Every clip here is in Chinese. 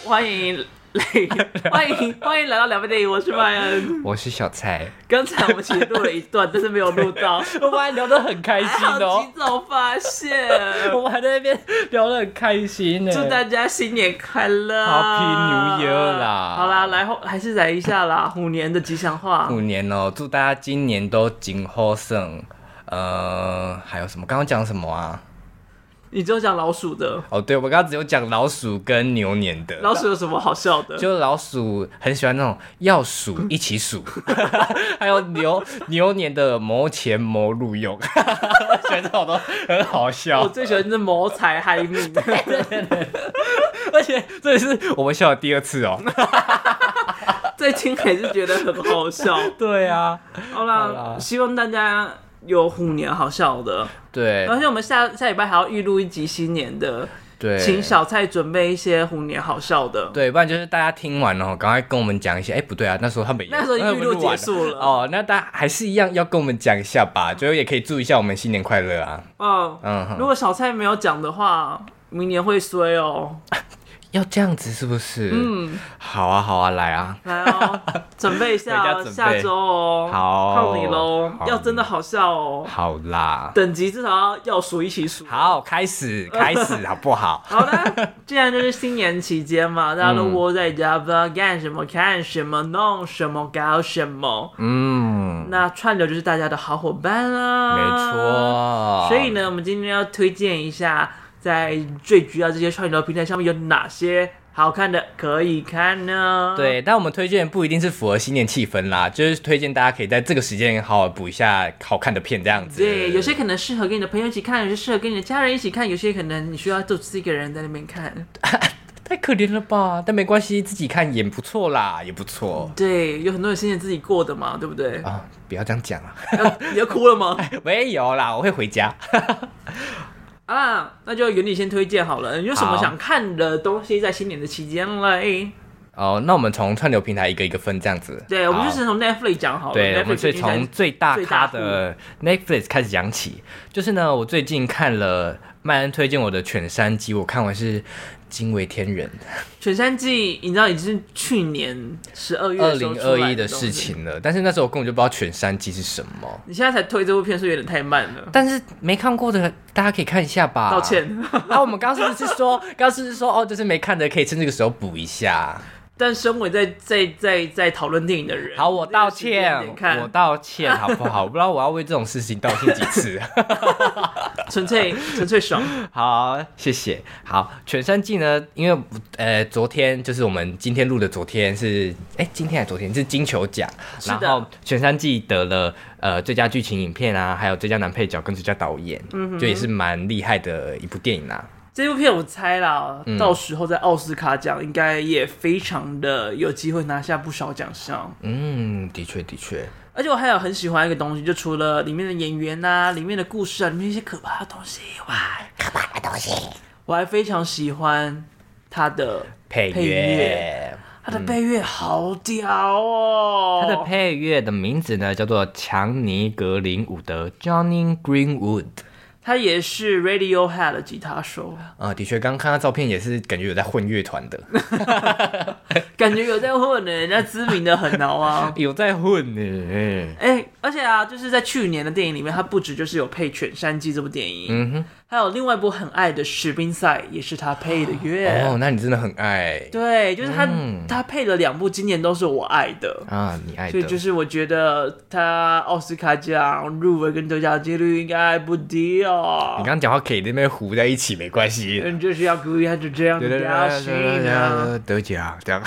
欢迎来到两杯电影，我是麦恩， 我是小蔡。 刚才我们其实录了一段，但是没有录到， 我们还聊得很开心哦。 及早发现， 我们还在那边聊得很开心呢。 祝大家新年快乐 ，Happy New Year 啦！ 好啦，还是来一下啦，虎年的吉祥话。 虎年哦，祝大家今年都金好胜。还有什么？刚刚讲什么啊？ 你只有讲老鼠的哦，对，我刚刚只有讲老鼠跟牛年的。 老鼠有什么好笑的？ 就老鼠很喜欢那种要数一起数，还有牛年的谋钱谋路用，我觉得这种都很好笑。 我最喜欢是谋财害命， 对，而且这也是我们笑的第二次哦。 再听还是觉得很好笑。 对啊， 好啦，希望大家有虎年好笑的。 对， 而且我们下礼拜还要预录一集新年的， 对， 请小蔡准备一些虎年好笑的。 对，不然就是大家听完了，赶快跟我们讲一些。不对啊，那时候他们那时候预录结束了哦，那大家还是一样要跟我们讲一下吧，就也可以祝一下我们新年快乐啊。 如果小蔡没有讲的话，明年会衰哦。 要这样子是不是？好啊，来啊， 准备一下下周哦。 好， 靠你喽，要真的好笑哦。 好啦， 等级至少要数一起数。 好，开始好不好？ 好的，既然就是新年期间嘛，大家都窝在家，不知道干什么、看什么、弄什么、搞什么。那串流就是大家的好伙伴啦。 没错。 所以呢，我们今天要推荐一下，在最主要这些串流平台上面有哪些好看的可以看呢？ 对，但我们推荐不一定是符合新年气氛啦，就是推荐大家可以在这个时间好好补一下好看的片这样子。 对，有些可能适合跟你的朋友一起看，有些适合跟你的家人一起看，有些可能你需要独自一个人在那边看。 太可怜了吧？但没关系，自己看也不错啦，也不错。 对，有很多人新年自己过的嘛，对不对？ 啊，不要这样讲啊！ 你要哭了吗？ 没有啦，我会回家。 啊，那就由你先推荐好了。你有什么想看的东西在新年的期间嘞？ 哦，那我们从串流平台一个一个分这样子。 对，我们就是从 Netflix 讲好了。 对， Netflix 我们所以从最大咖的 Netflix 开始讲起。就是呢，我最近看了麦恩推荐我的《犬山记》，我看完是惊为天人。 犬山记，你知道已经是去年12月 2021的事情了，但是那时候我根本就不知道犬山记是什么。 你现在才推这部片，是有点太慢了。 但是没看过的大家可以看一下吧。 道歉。 我们刚刚是不是说哦，就是没看的可以趁这个时候补一下。 但身为在讨论电影的人， 好，我道歉，好不好？我不知道我要为这种事情道歉几次。 纯粹爽。 好，谢谢。好，犬山记呢，因为昨天就是我们今天录的，昨天是今天还是昨天是金球奖，然后犬山记得了最佳剧情影片啊，还有最佳男配角跟最佳导演，就也是蛮厉害的一部电影啊。 这部片我猜啦，到时候在奥斯卡奖应该也非常的有机会拿下不少奖项。 的确。 而且我还有很喜欢一个东西，就除了里面的演员啊、里面的故事啊、里面一些可怕的东西以外，我还非常喜欢它的配乐。它的配乐好屌哦！ 它的配乐的名字呢叫做强尼格林伍德 （Johnny Greenwood）。 他也是 Radiohead 的吉他手。 的确，刚刚看他照片也是感觉有在混乐团的， 感觉有在混呢，人家知名的很啊。 有在混呢。 而且啊，就是在去年的电影里面，他不止就是有配《犬山记》这部电影，还有另外一部很爱的《士兵赛》，也是他配的乐。 哦，那你真的很爱。 对，就是他配了2部，今年都是我爱的啊，你爱的。 所以就是我觉得他奥斯卡奖入围跟得奖几率应该不低哦。 你刚刚讲话可以那边糊在一起，没关系。 就是要故意他就这样子表现啊， 得奖这样。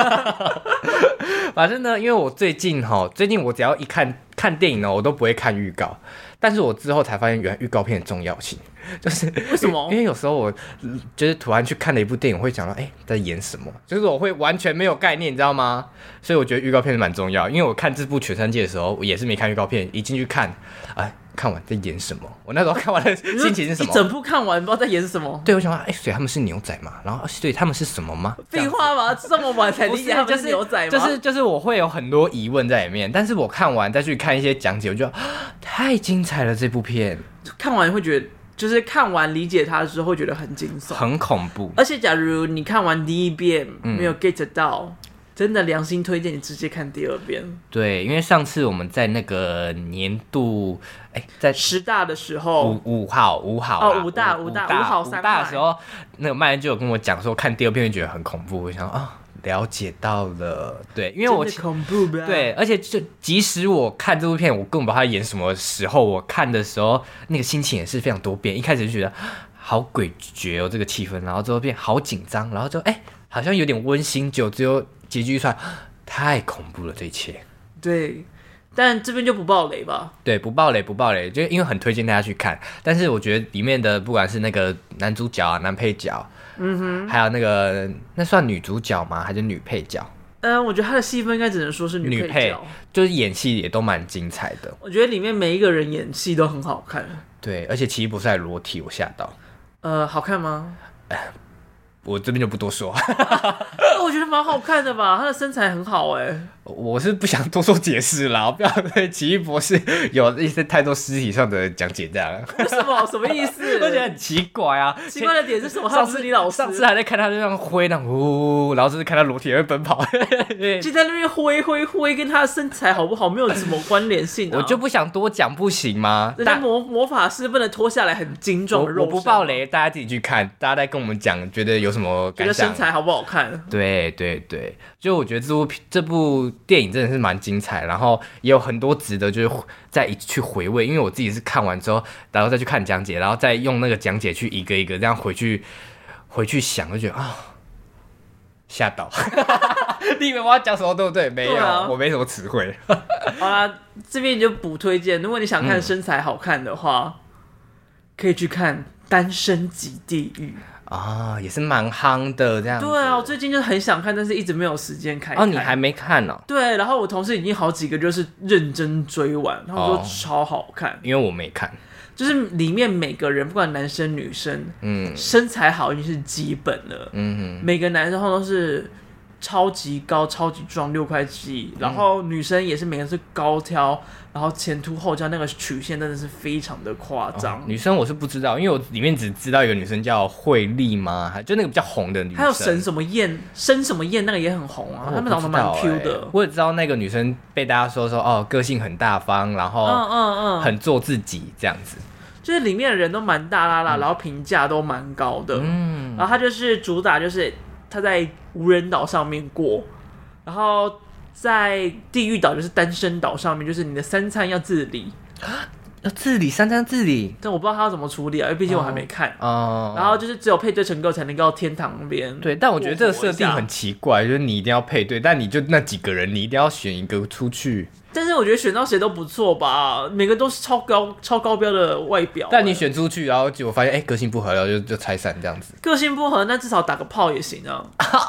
反正呢，因为我最近我只要一看电影呢，我都不会看预告。但是我之后才发现，原来预告片的重要性，就是为什么？ 因为有时候我就是突然去看了一部电影，我会想到，在演什么，就是我会完全没有概念，你知道吗？所以我觉得预告片蛮重要。因为我看这部《犬山记》的时候，我也是没看预告片，一进去看，看完在演什么？我那时候看完的心情是什么？ 一整部看完不知道在演什么。 对，我想说，所以他们是牛仔嘛？然后，所以他们是什么吗？ 废话吗？这么晚才理解他们是牛仔吗？ 就是我会有很多疑问在里面，但是我看完再去看一些讲解，我觉得太精彩了这部片。 看完会觉得就是看完理解它之后会觉得很惊悚， 很恐怖。 而且假如你看完第一遍没有 get 到，真的良心推荐你直接看第二遍。 对，因为上次我们在那个年度，在 10大的时候 ，5号哦，5大5号3 大的时候，那个麦恩就有跟我讲说，看第二遍会觉得很恐怖。我想了解到了，对，因为我真的恐怖吧？ 对，而且就即使我看这部片，我根本不知道他演什么时候，我看的时候那个心情也是非常多变。一开始就觉得好诡谲哦，这个气氛，然后之后变好紧张，然后就好像有点温馨，只有结局出来，太恐怖了这一切。 对，但这边就不爆雷吧？ 对，不爆雷，就因为很推荐大家去看。但是我觉得里面的不管是那个男主角啊、男配角，还有那个那算女主角吗？还是女配角？ 我觉得他的戏份应该只能说是女配角， 就是演戏也都蛮精彩的。 我觉得里面每一个人演戏都很好看。 对，而且奇异博士还裸体，我吓到。 好看吗？ 我这边就不多说。 我觉得蛮好看的吧，他的身材很好我是不想多做解释啦，不要对奇异博士有一些太多尸体上的讲解这样。 为什么？什么意思？ 我觉得很奇怪啊。 奇怪的点是什么？他不是你老师。 上次还在看他这样挥，然后这次看他裸体也会奔跑。 就在那边挥，跟他的身材好不好没有什么关联性啊。 我就不想多讲，不行吗？ 人家魔法师不能脱下来很精壮的肉身。 我不爆雷，大家自己去看，大家再跟我们讲，觉得有什么感想？ 觉得身材好不好看？ 对，就我觉得这部电影真的是蛮精彩，然后也有很多值得就是再去回味，因为我自己是看完之后，然后再去看讲解，然后再用那个讲解去一个一个这样回去想，就觉得吓到。你以为我要讲什么对不对？没有，我没什么词汇。 好啦，这边就补推荐，如果你想看身材好看的话，可以去看《单身即地狱》。 也是蛮夯的这样子。 对啊，我最近就很想看，但是一直没有时间看。 你还没看哦？ 对，然后我同事已经好几个就是认真追完，他们说超好看。 因为我没看， 就是里面每个人不管男生女生，身材好已经是基本了。每个男生都是超级高、超级壮，6块肌，然后女生也是每个是高挑，然后前凸后翘，那个曲线真的是非常的夸张。 女生我是不知道，因为我里面只知道有个女生叫慧丽吗？就那个比较红的女生。 还有生什么燕那个也很红啊，他们长得蛮 Q 的。 我也知道那个女生被大家说个性很大方，然后很做自己这样子。 就是里面的人都蛮大啦啦，然后评价都蛮高的。然后他就是主打就是他在无人岛上面过，然后在地狱岛就是单身岛上面，就是你的3餐要自理。 要自理3餐自理， 但我不知道他要怎么处理啊，因为毕竟我还没看。然后就是只有配对成功才能到天堂那边。 对，但我觉得这个设定很奇怪，就是你一定要配对，但你就那几个人，你一定要选一个出去。 但是我觉得选到谁都不错吧，每个都是超高标的外表。 但你选出去，然后结果发现个性不合，然后就拆散这样子。 个性不合，那至少打个炮也行啊。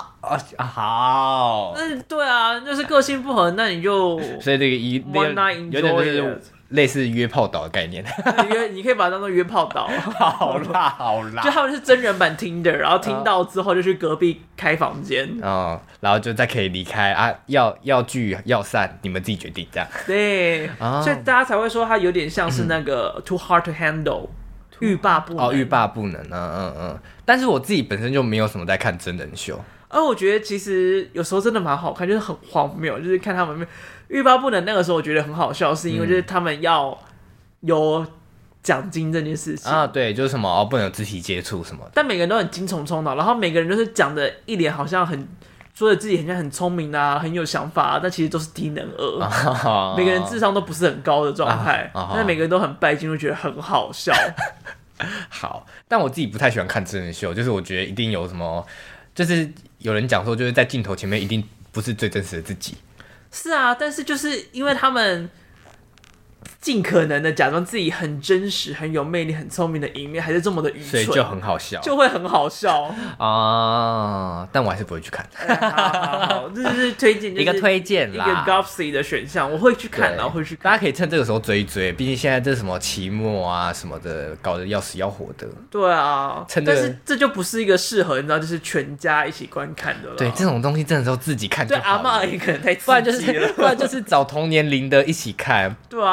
好。 对啊，就是个性不合，那你就所以这个有点就是类似约炮岛的概念。 你可以把它当做约炮岛。 好啦， 就他们是真人版 Tinder， 然后听到之后就去隔壁开房间， 然后就再可以离开啊，要聚要散，你们自己决定这样。 对，所以大家才会说它有点像是那个 Too Hard to Handle， 欲罢不能。 欲罢不能，但是我自己本身就没有什么在看真人秀。 我觉得其实有时候真的蛮好看，就是很荒谬，就是看他们欲罢不能那个时候，我觉得很好笑，是因为就是他们要有奖金这件事情对，就是什么不能有肢体接触什么的， 但每个人都很精虫充脑，然后每个人都是讲的一脸好像很说的自己很聪明啊，很有想法但其实都是低能儿。每个人智商都不是很高的状态，但是每个人都很拜金，就觉得很好笑。 好，但我自己不太喜欢看真人秀，就是我觉得一定有什么，就是有人讲说，就是在镜头前面一定不是最真实的自己。 是啊，但是就是因为他们尽可能的假装自己很真实、很有魅力、很聪明的一面，还是这么的愚蠢， 所以就很好笑， 就会很好笑但我还是不会去看。 好，这就是推荐， 一个推荐啦， 一个 Gopsy 的选项，我会去看，然后会去看。 大家可以趁这个时候追一追，毕竟现在这什么期末啊什么的，搞得要死要活的。 对啊，但是这就不是一个适合你知道，就是全家一起观看的了。 对，这种东西真的是自己看就好了。 对阿嬷也可能太刺激了， 不然就是找同年龄的一起看。 对啊，你可以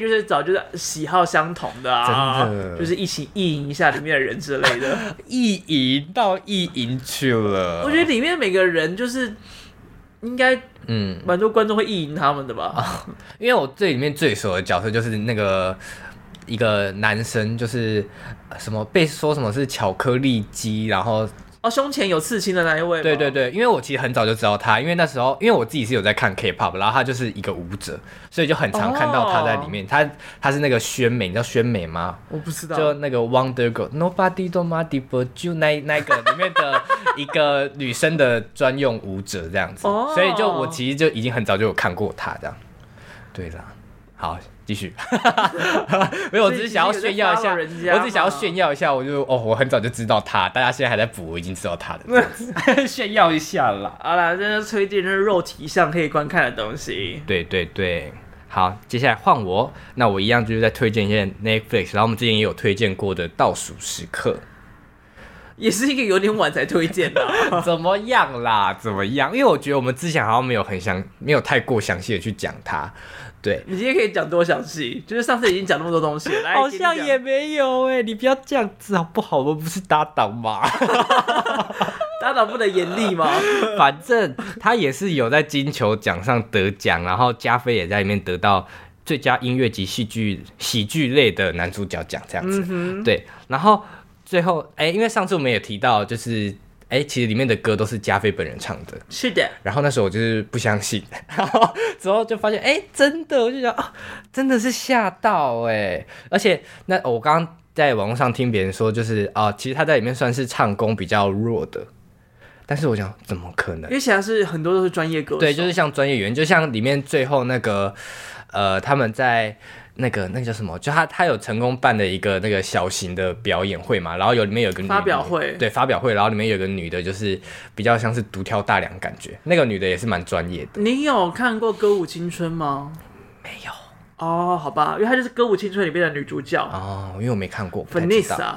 就是找就是喜好相同的啊， 真的就是一起意淫一下里面的人之类的。 意淫到意淫去了。 我觉得里面每个人就是应该蛮多观众会意淫他们的吧。 因为我这里面最熟的角色就是那个一个男生，就是什么被说什么是巧克力鸡，然后。 胸前有刺青的那一位吗？ 对对对，因为我其实很早就知道他，因为那时候因为我自己是有在看 K-pop， 然后他就是一个舞者，所以就很常看到他在里面。他是那个宣美，你知道宣美吗？ 我不知道。 就那个 Wonder Girl Nobody Don't Matter But You 那个里面的一个女生的专用舞者这样子，所以就我其实就已经很早就有看过他这样。对啦，好。继续，没有，我只是想要炫耀一下，我只是想要炫耀一下，我很早就知道他，大家现在还在补，我已经知道他的，炫耀一下啦。 好啦，这是推荐就是肉体上可以观看的东西。 对对对，好，接下来换我，那我一样就是在推荐一些 Netflix， 然后我们之前也有推荐过的倒数时刻。 也是一个有点晚才推荐的、 怎么样啦？怎么样？因为我觉得我们之前好像没有太过详细的去讲它。对， 你今天可以讲多详细？就是上次已经讲那么多东西了， 好像也没有你不要这样子好不好？我们不是搭档吗？ 搭档不能严厉吗？ 反正他也是有在金球奖上得奖，然后加菲也在里面得到最佳音乐及喜剧类的男主角奖，这样子。对，然后最后因为上次我们也提到，就是其实里面的歌都是加菲本人唱的。 是的。 然后那时候我就是不相信，然后之后就发现真的，我就想真的是吓到而且那我刚刚在网络上听别人说，就是其实他在里面算是唱功比较弱的。但是我想怎么可能？ 因为其他是很多都是专业歌手。 对，就是像专业演员，就像里面最后那个他们在那个叫什么？就他有成功办的一个那个小型的表演会嘛，然后里面有个女的发表会， 对，发表会，然后里面有个女的，就是比较像是独挑大梁感觉。那个女的也是蛮专业的。 你有看过《歌舞青春》吗？ 没有。 好吧，因为她就是《歌舞青春》里面的女主角。 因为我没看过。 Vanessa。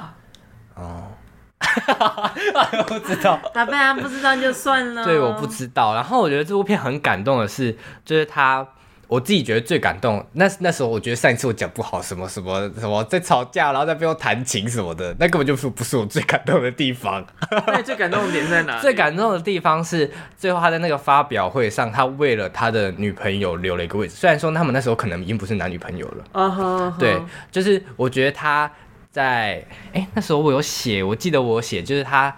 不知道， 大不然不知道就算了。 对，我不知道。然后我觉得这部片很感动的是，就是我自己觉得最感动。那时候我觉得上一次我讲不好什么在吵架，然后在背后弹琴什么的，那根本就不是我最感动的地方。 那你最感动的点在哪里？ 最感动的地方是最后他在那个发表会上，他为了他的女朋友留了一个位置。虽然说他们那时候可能已经不是男女朋友了。对，就是我觉得他。在那时候我记得我有写，就是他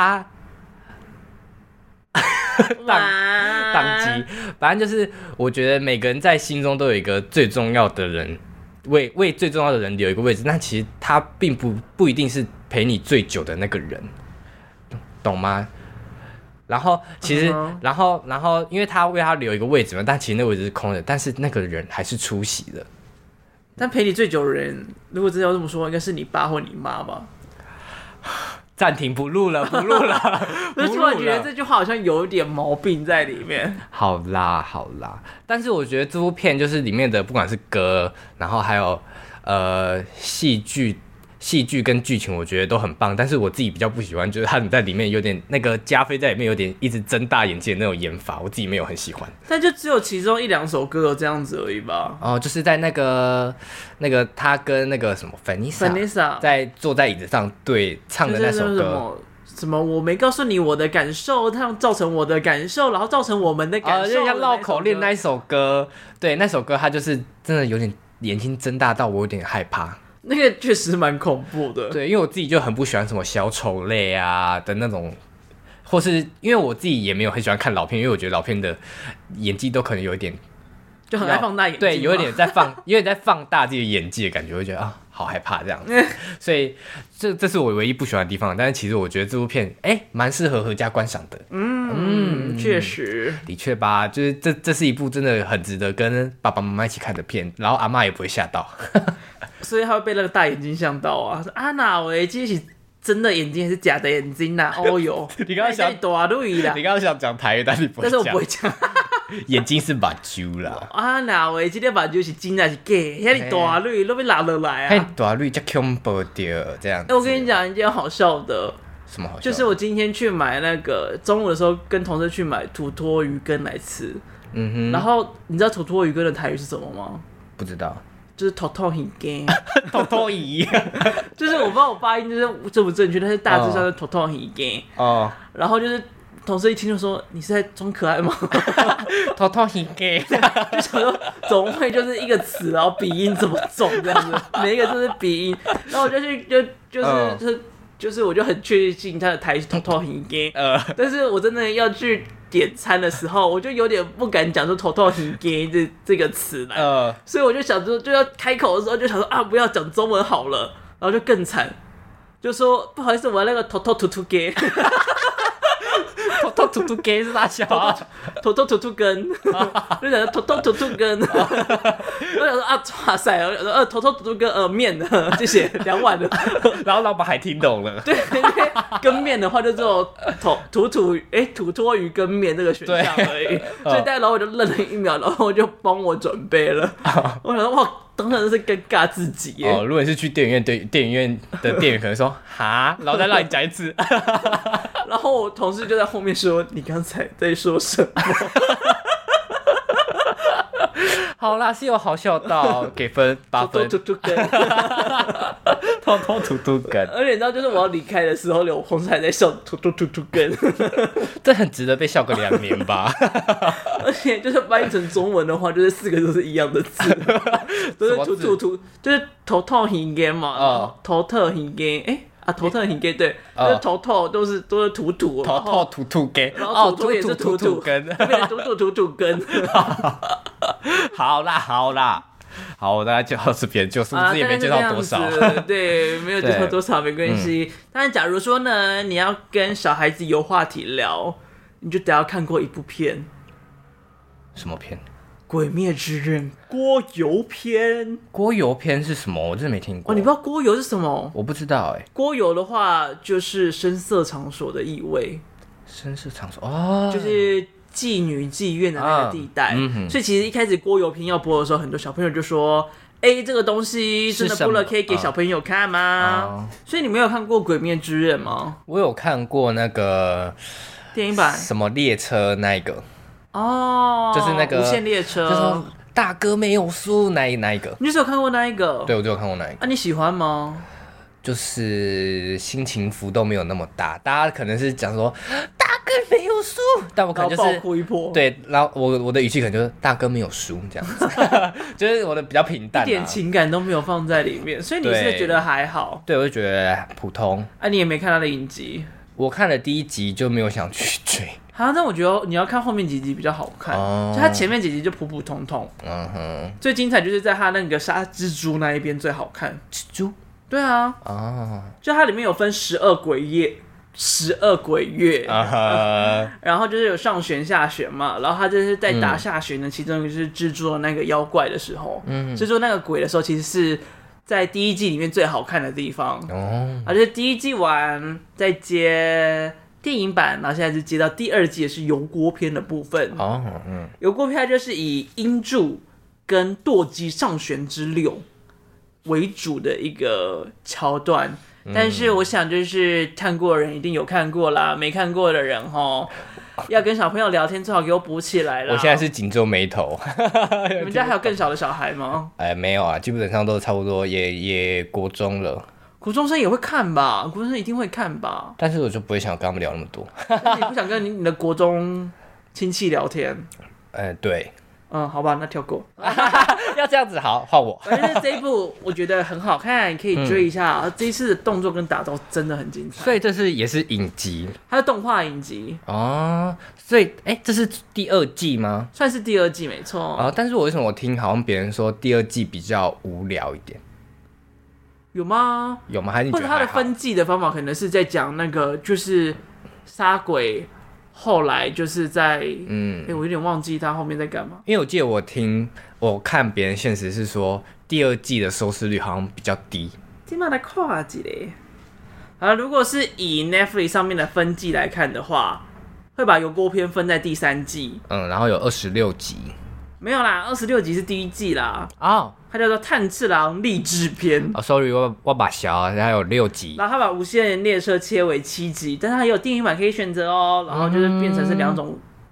宕机，反正就是我觉得每个人在心中都有一个最重要的人，为最重要的人留一个位置，但其实他并不一定是陪你最久的那个人，懂吗？然后其实，然后因为他为他留一个位置嘛，但其实那个位置是空的，但是那个人还是出席了。 但陪你最久的人，如果真的要这么说，应该是你爸或你妈吧。 暂停，不录了。 我突然觉得这句话好像有点毛病在里面。 好啦，但是我觉得这部片就是里面的不管是歌，然后还有戏剧跟剧情，我觉得都很棒。但是我自己比较不喜欢，就是他们在里面有点那个加菲在里面有点一直睁大眼睛的那种演法，我自己没有很喜欢。 但就只有其中1-2首歌有这样子而已吧。 就是在那个他跟那个什么 Vanessa 在坐在椅子上对唱的那首歌。 什么？我没告诉你我的感受，它造成我的感受，然后造成我们的感受。 就像绕口令那一首歌，对，那首歌他就是真的有点眼睛睁大到我有点害怕。 那个确实蛮恐怖的。 对，因为我自己就很不喜欢什么小丑类啊的那种，或是因为我自己也没有很喜欢看老片，因为我觉得老片的演技都可能有一点就很爱放大眼睛， 对，有点在放大自己的演技的感觉，我觉得好害怕这样子。所以这是我唯一不喜欢的地方。但是其实我觉得这部片蛮适合合家观赏的。 确实， 的确吧，就是这是一部真的很值得跟爸爸妈妈一起看的片，然后阿嬷也不会吓到。 所以他会被那个大眼睛吓到啊！说哪喂，这是真的眼睛还是假的眼睛呐？哦哟， 你刚刚想大绿啦， 你刚刚想讲台语，但是不会讲， 但是我不会讲。 眼睛是目睭啦。 哪喂，这个目睭是真还是假？遐你大绿都被拿落来啊！ 遐大绿才恐怖掉这样子。 我跟你讲一件好笑的。 什么好笑？ 就是我今天去买那个中午的时候，跟同事去买土托鱼羹来吃。然后你知道土托鱼羹的台语是什么吗？ 不知道。 就是头痛很干， 头痛仪， 就是我不知道我发音就是正不正确，但是大致上是头痛很干哦。然后就是同事一听就说你是在装可爱吗？ 头痛很干， 就想说怎么会就是一个词，然后鼻音这么重这样子，每一个都是鼻音，然后我就去就是我就很确信他的台语头痛很干，但是我真的要去点餐的时候，我就有点不敢讲出头痛很干这个词来，所以我就想说就要开口的时候就想说啊不要讲中文好了，然后就更惨，就说不好意思我那个头痛突突干。 头痛突突根是大小啊， 头痛突突根，就想头痛突突根，我想说啊，哇塞，我想说头痛突突根面的，谢谢2碗的， 然后老板还听懂了， 对，因为羹面的话就只有土托鱼羹面这个选项而已，所以然后我就愣了1秒，然后我就帮我准备了，我想说哇。当然是尴尬自己耶。 如果你是去电影院，电影院的店员可能说哈，然后再让你讲一次。 然后我同事就在后面说：“你刚才在说什么？” 好啦，是有好笑到，给分8分。 突突根， 偷偷突突根。 而且你知道，就是我要离开的时候，我同事还在笑突突根， 这很值得被笑个2年吧。 而且就是翻译成中文的话，就是4个都是一样的字，都是突，就是头痛很干嘛，头特很干，头特很干，对，就是头头都是土， 头头突突根， 然后土也是土根， 变成土根。 好啦，好，我大概介绍这边，就数字也没介绍多少， 对，没有介绍多少没关系。但假如说呢，你要跟小孩子有话题聊，你就得要看过一部片。 什么片？ 鬼灭之刃锅油篇。 锅油篇是什么？我真的没听过。 你不知道锅油是什么？ 我不知道锅油的话，就是声色场所的意味。 声色场所哦， 就是妓女妓院的那个地带。所以其实一开始锅油篇要播的时候，很多小朋友就说：“这个东西真的播了可以给小朋友看吗？”所以你没有看过《鬼灭之刃》吗？ 我有看过那个电影版， 什么列车那一个。 就是那个无限列车， 就是大哥没有输那一个， 你就是有看过那一个？ 对，我就有看过那一个。 你喜欢吗？ 就是心情浮动没有那么大，大家可能是讲说大哥没有输，但我可能就是爆哭一波。 对，然后我的语气可能就是大哥没有输这样子，就是我的比较平淡， 一点情感都没有放在里面，所以你是觉得还好？ 对，我就觉得普通。 你也没看他的影集？ 我看了第1集就没有想去追。 但我觉得你要看后面几集比较好看，就他前面几集就普普通通。最精彩就是在他那个杀蜘蛛那一边最好看。 蜘蛛？ 对啊。就它里面有分12鬼月，然后就是有上旋下旋嘛，然后他就是在打下旋的其中一个就是蜘蛛的那个妖怪的时候，蜘蛛那个鬼的时候，其实是在第1季里面最好看的地方。就是第1季完再接电影版，然后现在是接到第2季，也是油锅篇的部分。油锅篇它就是以音柱跟舵机上旋之六为主的一个桥段。但是我想，就是看过的人一定有看过啦，没看过的人要跟小朋友聊天，最好给我补起来啦。 我现在是紧皱眉头。 你们家还有更小的小孩吗？ 没有啊，基本上都差不多，也国中了。 国中生也会看吧，国中生一定会看吧。 但是我就不会想跟他们聊那么多。 但是你不想跟你的国中亲戚聊天？ 对。 好吧，那跳过。 要这样子，好，换我。 而且这一部我觉得很好看，可以追一下。这一次的动作跟打斗真的很精彩。 所以这是也是影集， 它是动画影集所以这是第2季吗？ 算是第2季没错。 但是我为什么我听好像别人说第2季比较无聊一点？ 有吗？ 有吗？还是你觉得或者他的分季的方法可能是在讲那个就是杀鬼。后来就是在我有点忘记他后面在干嘛， 因为我记得我看别人现实是说第2季的收视率好像比较低。 今晚来看一下。如果是以 Netflix 上面的分季来看的话，会把油锅篇分在第3季。 然后有26集。 没有啦，26集是第1季啦。它叫做炭治郎励志篇。 sorry， 我把小，它有6集。 然后他把无限列车切为7集，但是它也有电影版可以选择哦。然后就是变成是2种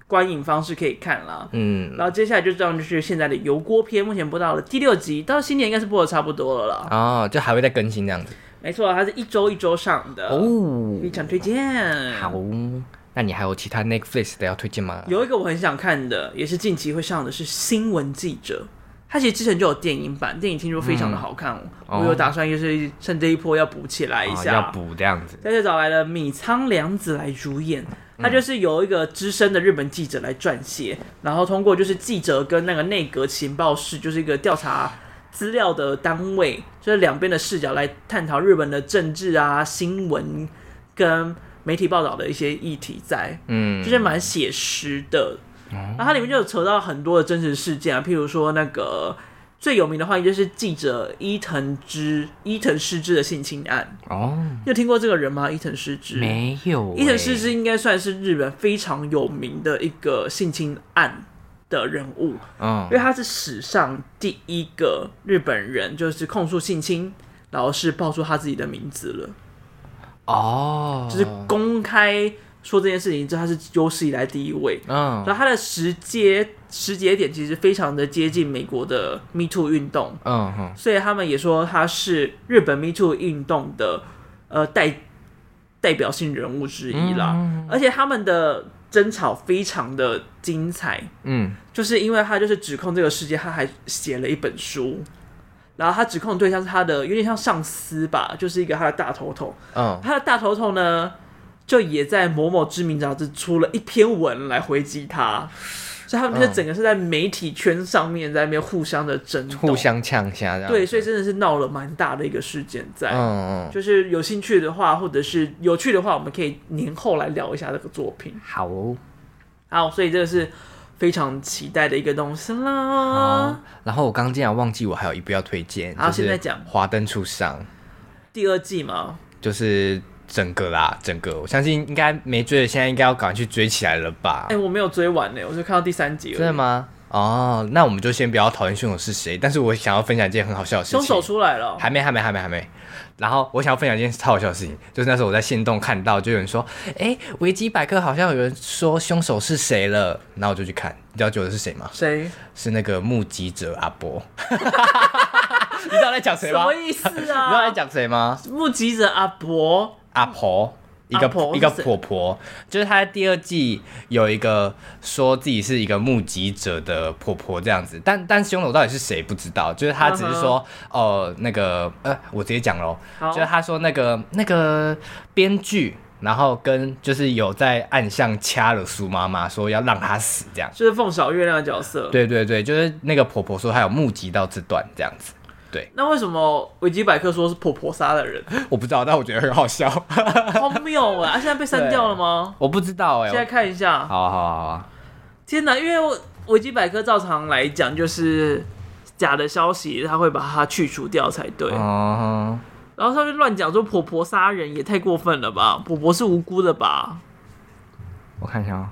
观影方式可以看啦。然后接下来就是现在的油锅篇，目前播到了第6集，到新年应该是播的差不多了啦。 哦，就还会再更新这样子。 没错，它是一周一周上的哦，非常推荐。 好，那你还有其他 Netflix 的要推荐吗？ 有一个我很想看的，也是近期会上的是《新闻记者》。它其实之前就有电影版，电影听说非常的好看我有打算就是趁这一波要补起来一下， 要补这样子。 再就找来了米仓凉子来主演，他就是由一个资深的日本记者来撰写，然后通过就是记者跟那个内阁情报室，就是一个调查资料的单位，就是两边的视角来探讨日本的政治啊、新闻跟媒体报道的一些议题在，就是蛮写实的。然后它里面就有扯到很多的真实事件啊，譬如说那个最有名的话题就是记者伊藤诗织的性侵案。你有听过这个人吗？伊藤诗织没有。 伊藤诗织应该算是日本非常有名的一个性侵案的人物，因为他是史上第一个日本人，就是控诉性侵，然后是报出他自己的名字了。就是公开说这件事情，这他是有史以来第一位。然后他的时节点其实非常的接近美国的 Me Too 运动。所以他们也说他是日本 Me Too 运动的代表性人物之一啦。而且他们的争吵非常的精彩。就是因为他就是指控这个世界，他还写了一本书。然后他指控的对象是他的有点像上司吧，就是一个他的大头头。他的大头头呢，就也在某某知名杂志出了一篇文来回击他，所以他们就整个是在媒体圈上面在那边互相的争斗， 互相呛下。 对，所以真的是闹了蛮大的一个事件在。就是有兴趣的话，或者是有趣的话，我们可以年后来聊一下这个作品。好，所以这个是非常期待的一个东西啦。 然后我刚竟然忘记我还有一部要推荐， 现在讲《 华灯初上》 第2季嘛， 就是整个我相信应该没追的现在应该要赶快去追起来了吧。 我没有追完我就看到第3集而已。 真的吗？那我们就先不要讨论凶手是谁，但是我想要分享一件很好笑的事情。 凶手出来了？ 还没。然后我想要分享一件超好笑的事情，就是那时候我在限动看到，就有人说，维基百科好像有人说凶手是谁了，然后我就去看，你知道的是谁吗？ 谁？ 是那个目击者阿伯。你知道在讲谁吗？ 什么意思啊？你知道在讲谁吗？ 目击者阿婆。一个婆婆，就是她在第2季有一个说自己是一个目击者的婆婆这样子，但凶手到底是谁不知道，就是她只是说我直接讲咯，就是她说那个编剧，然后跟就是有在暗巷掐了苏妈妈，说要让她死这样，就是凤小月亮的角色。 对，就是那个婆婆说她有目击到这段这样子。对， 那为什么维基百科说是婆婆杀的人？ 我不知道，但我觉得很好笑， 荒谬现在被删掉了吗？ 我不知道现在看一下。 好啊。 天哪，因为维基百科照常来讲就是假的消息，他会把它去除掉才对。然后上面乱讲说婆婆杀人也太过分了吧？婆婆是无辜的吧？ 我看一下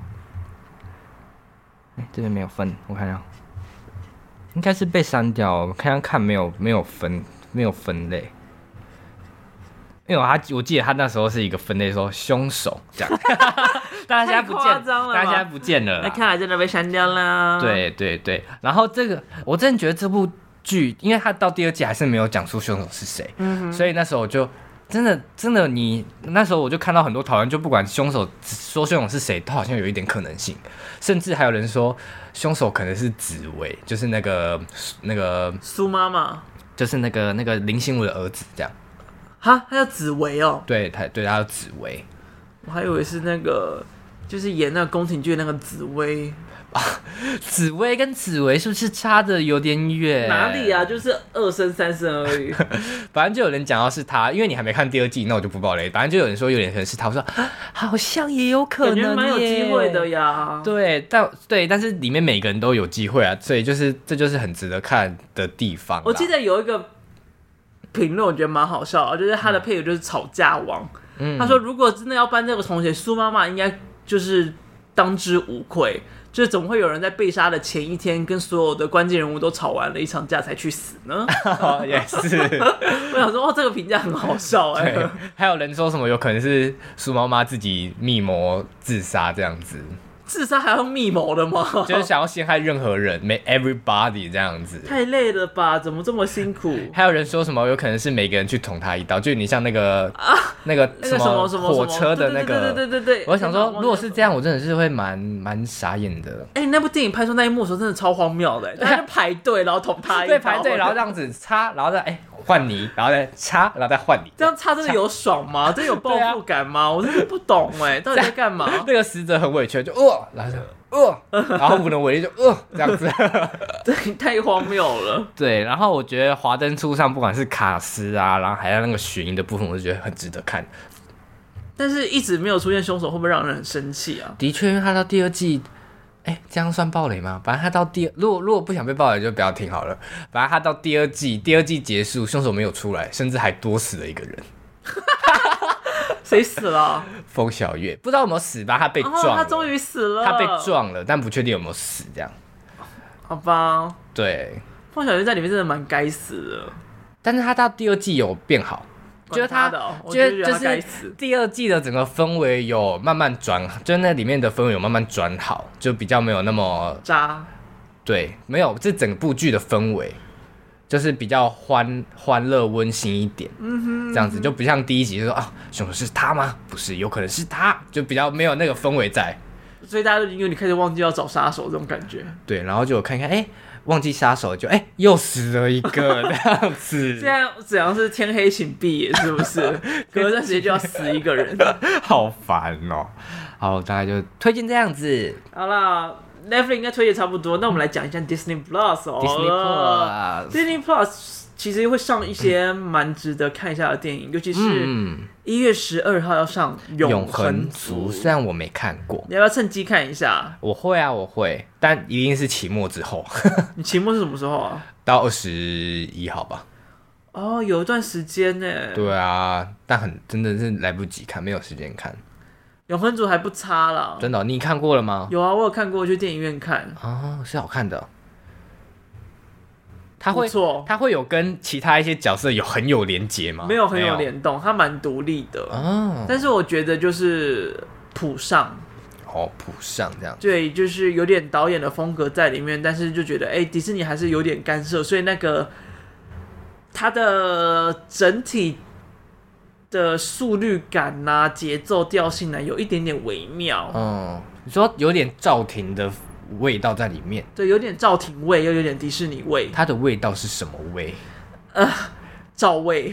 这边没有分，我看一下。应该是被删掉，看没有分类，因为我记得他那时候是一个分类说凶手这样，大家现在不见了， 那看来真的被删掉了。 对，然后这个我真的觉得这部剧，因为他到第2季还是没有讲出凶手是谁，所以那时候我就真的那时候我就看到很多讨论，就不管凶手是谁，都好像有一点可能性，甚至还有人说凶手可能是紫薇，就是那个苏妈妈， 就是那个林心如的儿子这样。 他叫紫薇哦。 对，他叫紫薇。 我还以为是那个就是演那个宫廷剧那个紫薇。 紫薇跟紫薇是不是差的有点远？ 哪里啊？就是2声3声而已。 反正就有人讲到是他，因为你还没看第2季，那我就不爆雷。反正就有人说有点可能是他，我说好像也有可能耶， 感觉蛮有机会的呀。 对，但是里面每个人都有机会啊，所以这就是很值得看的地方。 我记得有一个评论，我觉得蛮好笑的，就是他的配偶就是吵架王。他说如果真的要颁这个头衔，苏妈妈应该就是当之无愧。就是怎么会有人在被杀的前一天跟所有的关键人物都吵完了一场架才去死呢？ 也是。 我想说，这个评价很好笑对，还有人说什么有可能是苏妈妈自己密谋自杀这样子。 自杀还要密谋的吗？ 就是想要陷害任何人 ，make everybody 这样子。 太累了吧？怎么这么辛苦？ 还有人说什么有可能是每个人去捅他一刀，就你像那个什么火车的那个， 对。 我想说，如果是这样，我真的是会蛮傻眼的。 那部电影拍出那一幕的时候，真的超荒谬的，大家就排队，然后捅他一刀， 对，排队，然后这样子插，然后再换你，然后再插，然后再换你， 这样插真的有爽吗？真的有报复感吗？我真的不懂到底在干嘛？ 那个死者很委屈，就然后就然后无能为力就这样子， 对，太荒谬了。 对，然后我觉得《华灯初上》不管是卡斯啊，然后还有那个悬疑的部分，我就觉得很值得看。 但是一直没有出现凶手，会不会让人很生气啊？ 的确，因为他到第二季。这样算暴雷吗？反正他到如果不想被暴雷就不要听好了。反正他到第二季结束，凶手没有出来，甚至还多死了一个人。 谁死了？ 风小月不知道有没有死吧？他被撞了， 他终于死了。 他被撞了，但不确定有没有死。这样， 好吧。 对， 风小月在里面真的蛮该死的， 但是他到第二季有变好。就是他，就是第二季的整个氛围有慢慢转，就是那里面的氛围有慢慢转好，就比较没有那么渣。 对，没有，这整部剧的氛围就是比较欢乐温馨一点，这样子就不像第一集就说凶手是他吗？不是，有可能是他，就比较没有那个氛围在， 所以大家都有点开始忘记要找杀手这种感觉。 对，然后就看看忘记杀手就又死了一个这样子， 这样怎样是天黑请闭眼是不是？隔段时间就要死一个人， 好烦哦。好，大概就推荐这样子。 好啦 ，Netflix 应该推荐差不多，那我们来讲一下 Disney Plus 哦。Disney Plus 其实会上一些蛮值得看一下的电影，尤其是1月12号要上《永恒族》， 虽然我没看过， 你要不要趁机看一下？ 我会啊，我会，但一定是期末之后。 你期末是什么时候啊？ 到21号吧。 哦，有一段时间呢。 对啊，但真的是来不及看，没有时间看。 永恒族还不差啦， 真的你看过了吗？ 有啊，我有看过，去电影院看。 是好看的。他会有跟其他一些角色很有连结吗？ 没有很有联动，他蛮独立的。但是我觉得就是谱上。 谱上这样。 对，就是有点导演的风格在里面，但是就觉得迪士尼还是有点干涉，所以那个它的整体的速率感啊、节奏调性啊，有一点点微妙。 你说有点赵婷的味道在里面。 对，有点赵婷味，又有点迪士尼味。 它的味道是什么味？ 赵味。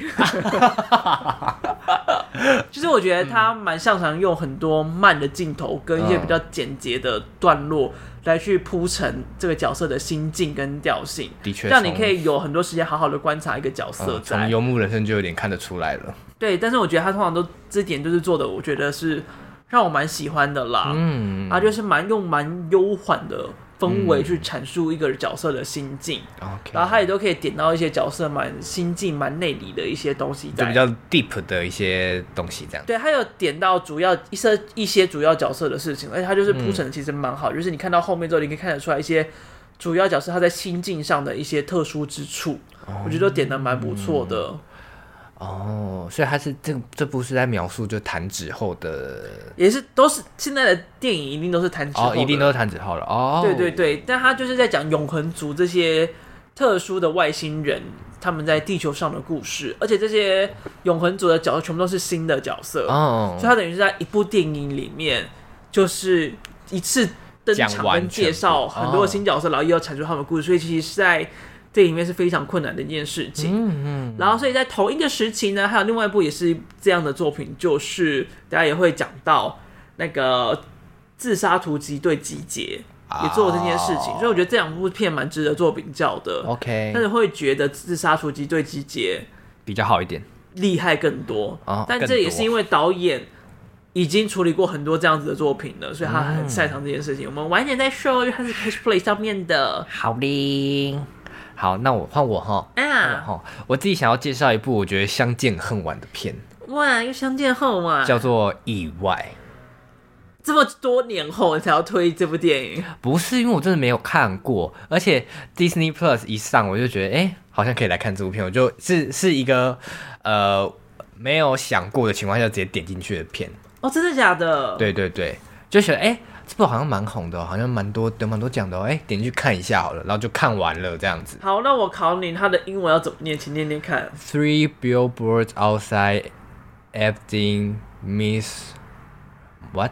就是我觉得他蛮擅长用很多慢的镜头跟一些比较简洁的段落来去铺陈这个角色的心境跟调性， 的确， 让你可以有很多时间好好的观察一个角色。 从游牧人生就有点看得出来了。 对，但是我觉得他通常都这点就是做的，我觉得是让我蛮喜欢的啦。他就是用蛮悠缓的氛围去阐述一个角色的心境，然后他也都可以点到一些角色蛮心境、蛮内里的一些东西在， 就比较 deep 的一些东西这样。 对，他有点到一些主要角色的事情，而且他就是铺陈的其实蛮好，就是你看到后面之后，你可以看得出来一些主要角色他在心境上的一些特殊之处，我觉得都点得蛮不错的。 所以他是这部是在描述就弹指后的， 也是都是现在的电影一定都是弹指后的， 一定都是弹指后了。 对对对，但他就是在讲永恒族这些特殊的外星人他们在地球上的故事，而且这些永恒族的角色全部都是新的角色，所以他等于是在一部电影里面就是一次登场跟介绍很多的新角色，然后又要阐述他们的故事，所以其实是在电影里面是非常困难的一件事情。然后所以在同一个时期呢，还有另外一部也是这样的作品，就是大家也会讲到那个自杀突击队集结也做了这件事情，所以我觉得这两部片蛮值得做比较的。但是会觉得自杀突击队集结比较好一点，厉害更多。但这也是因为导演已经处理过很多这样子的作品了，所以他很擅长这件事情。我们晚一点再说，因为它是 Catch Play 上面的。 好的。好，那换我哈。我自己想要介绍一部我觉得相见恨晚的片。 哇，又相见恨晚， 叫做《意外》。 这么多年后你才要推这部电影？ 不是，因为我真的没有看过，而且 Disney Plus 一上，我就觉得好像可以来看这部片，我就是一个没有想过的情况下直接点进去的片。 真的假的？ 对对对，就觉得这部好像蛮红的，好像得蛮多奖的哦。点进去看一下好了，然后就看完了这样子。 好，那我考你，它的英文要怎么念？请念念看。 Three billboards outside Ebbing, Miss What?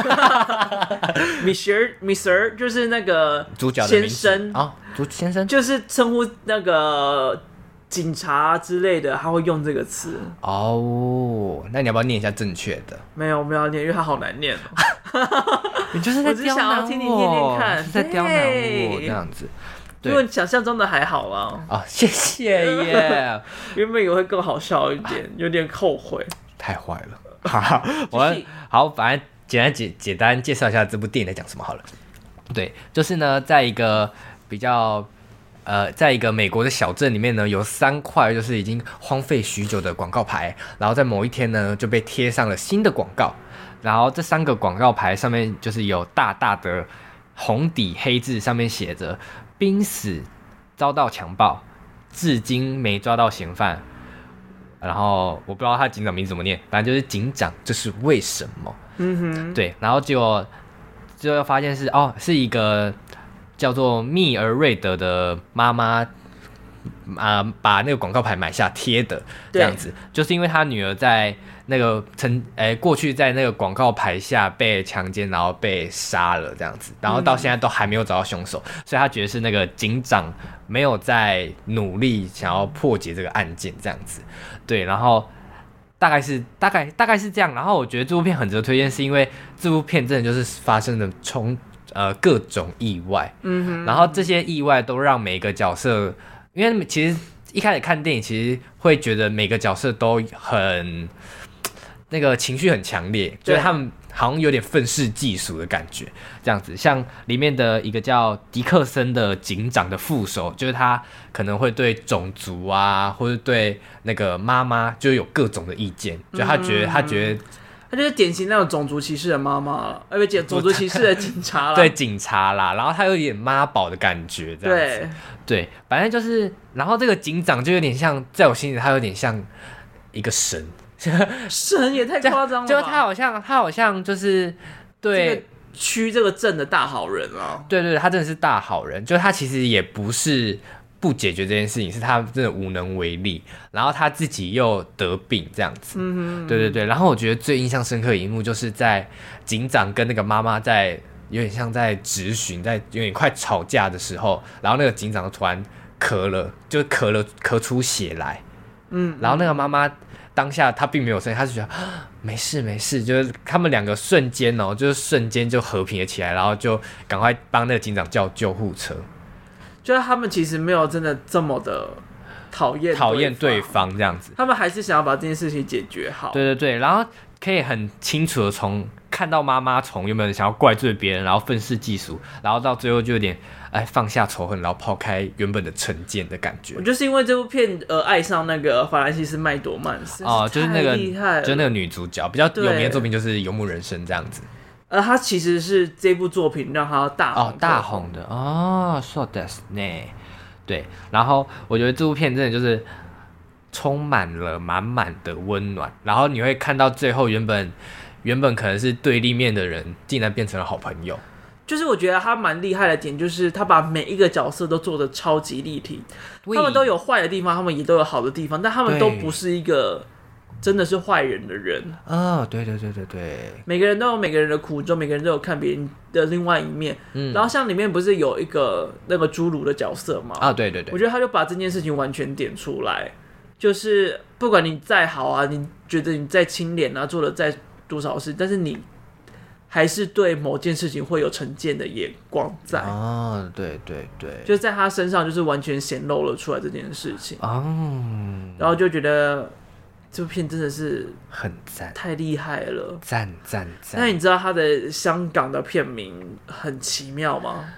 Mr. 就是那个主角的先生啊，先生就是称呼那个警察之类的，他会用这个词。 哦，那你要不要念一下正确的？ 没有要念，因为它好难念哦。你就是在刁难我， 我只想要听你念念看， 是在刁难我这样子。 因为想象中的还好啦。 哦，谢谢耶。 原本以为会更好笑一点，有点后悔。太坏了。好，反正简单介绍一下这部电影在讲什么好了。对，就是呢，在一个比较在一个美国的小镇里面呢，有3块就是已经荒废许久的广告牌，然后在某一天呢就被贴上了新的广告，然后这3个广告牌上面就是有大大的红底黑字，上面写着“濒死遭到强暴，至今没抓到嫌犯”。然后我不知道他警长名字怎么念，反正就是警长，这是为什么？对，然后就发现是一个叫做密尔瑞德的妈妈把那个广告牌买下贴的这样子，就是因为他女儿在那个过去在那个广告牌下被强奸，然后被杀了这样子，然后到现在都还没有找到凶手，所以他觉得是那个警长没有在努力想要破解这个案件这样子。对，然后大概是这样。然后我觉得这部片很值得推荐，是因为这部片真的就是发生了各种意外，然后这些意外都让每个角色，因为其实一开始看电影，其实会觉得每个角色都很那个情绪很强烈，就是他们好像有点愤世嫉俗的感觉，这样子。像里面的一个叫迪克森的警长的副手，就是他可能会对种族啊，或者对那个妈妈就有各种的意见，就他觉得他就是典型那种种族歧视的妈妈了，不种族歧视的警察啦。 对，警察啦，然后他有点妈宝的感觉，这样子。对，反正就是，然后这个警长就有点像，在我心里他有点像一个神。 神也太夸张了吧， 就他好像就是对这个区这个镇的大好人啊。 对，他真的是大好人，就他其实也不是不解决这件事情，是他真的无能为力，然后他自己又得病这样子。对，然后我觉得最印象深刻的一幕就是在警长跟那个妈妈在有点像在质询，在有点快吵架的时候，然后那个警长突然咳出血来，然后那个妈妈当下他并没有生气，他就觉得没事，就是他们2个瞬间就和平了起来，然后就赶快帮那个警长叫救护车。 就是他们其实没有真的这么的讨厌对方这样子， 他们还是想要把这件事情解决好。 对，然后可以很清楚的看到妈妈从原本想要怪罪别人，然后愤世嫉俗，然后到最后就有点放下仇恨，然后抛开原本的成见的感觉。 我就是因为这部片而爱上那个法兰西斯麦朵曼斯就是那个女主角，比较有名的作品就是《游牧人生》这样子。 她其实是这部作品让她大红的そうですね。对，然后我觉得这部片真的就是充满了满满的温暖，然后你会看到最后原本可能是对立面的人，竟然变成了好朋友。 就是我觉得他蛮厉害的点，就是他把每一个角色都做得超级立体，他们都有坏的地方，他们也都有好的地方，但他们都不是一个真的是坏人的人。 对， 每个人都有每个人的苦衷，每个人都有看别人的另外一面。然后像里面不是有一个那个侏儒的角色吗？ 对， 我觉得他就把这件事情完全点出来，就是不管你再好啊，你觉得你再清廉啊，做了再多少事，但是你还是对某件事情会有成见的眼光在。 对， 就是在他身上就是完全显露了出来这件事情。然后就觉得这部片真的是很赞， 太厉害了， 赞。 那你知道他的香港的片名很奇妙吗？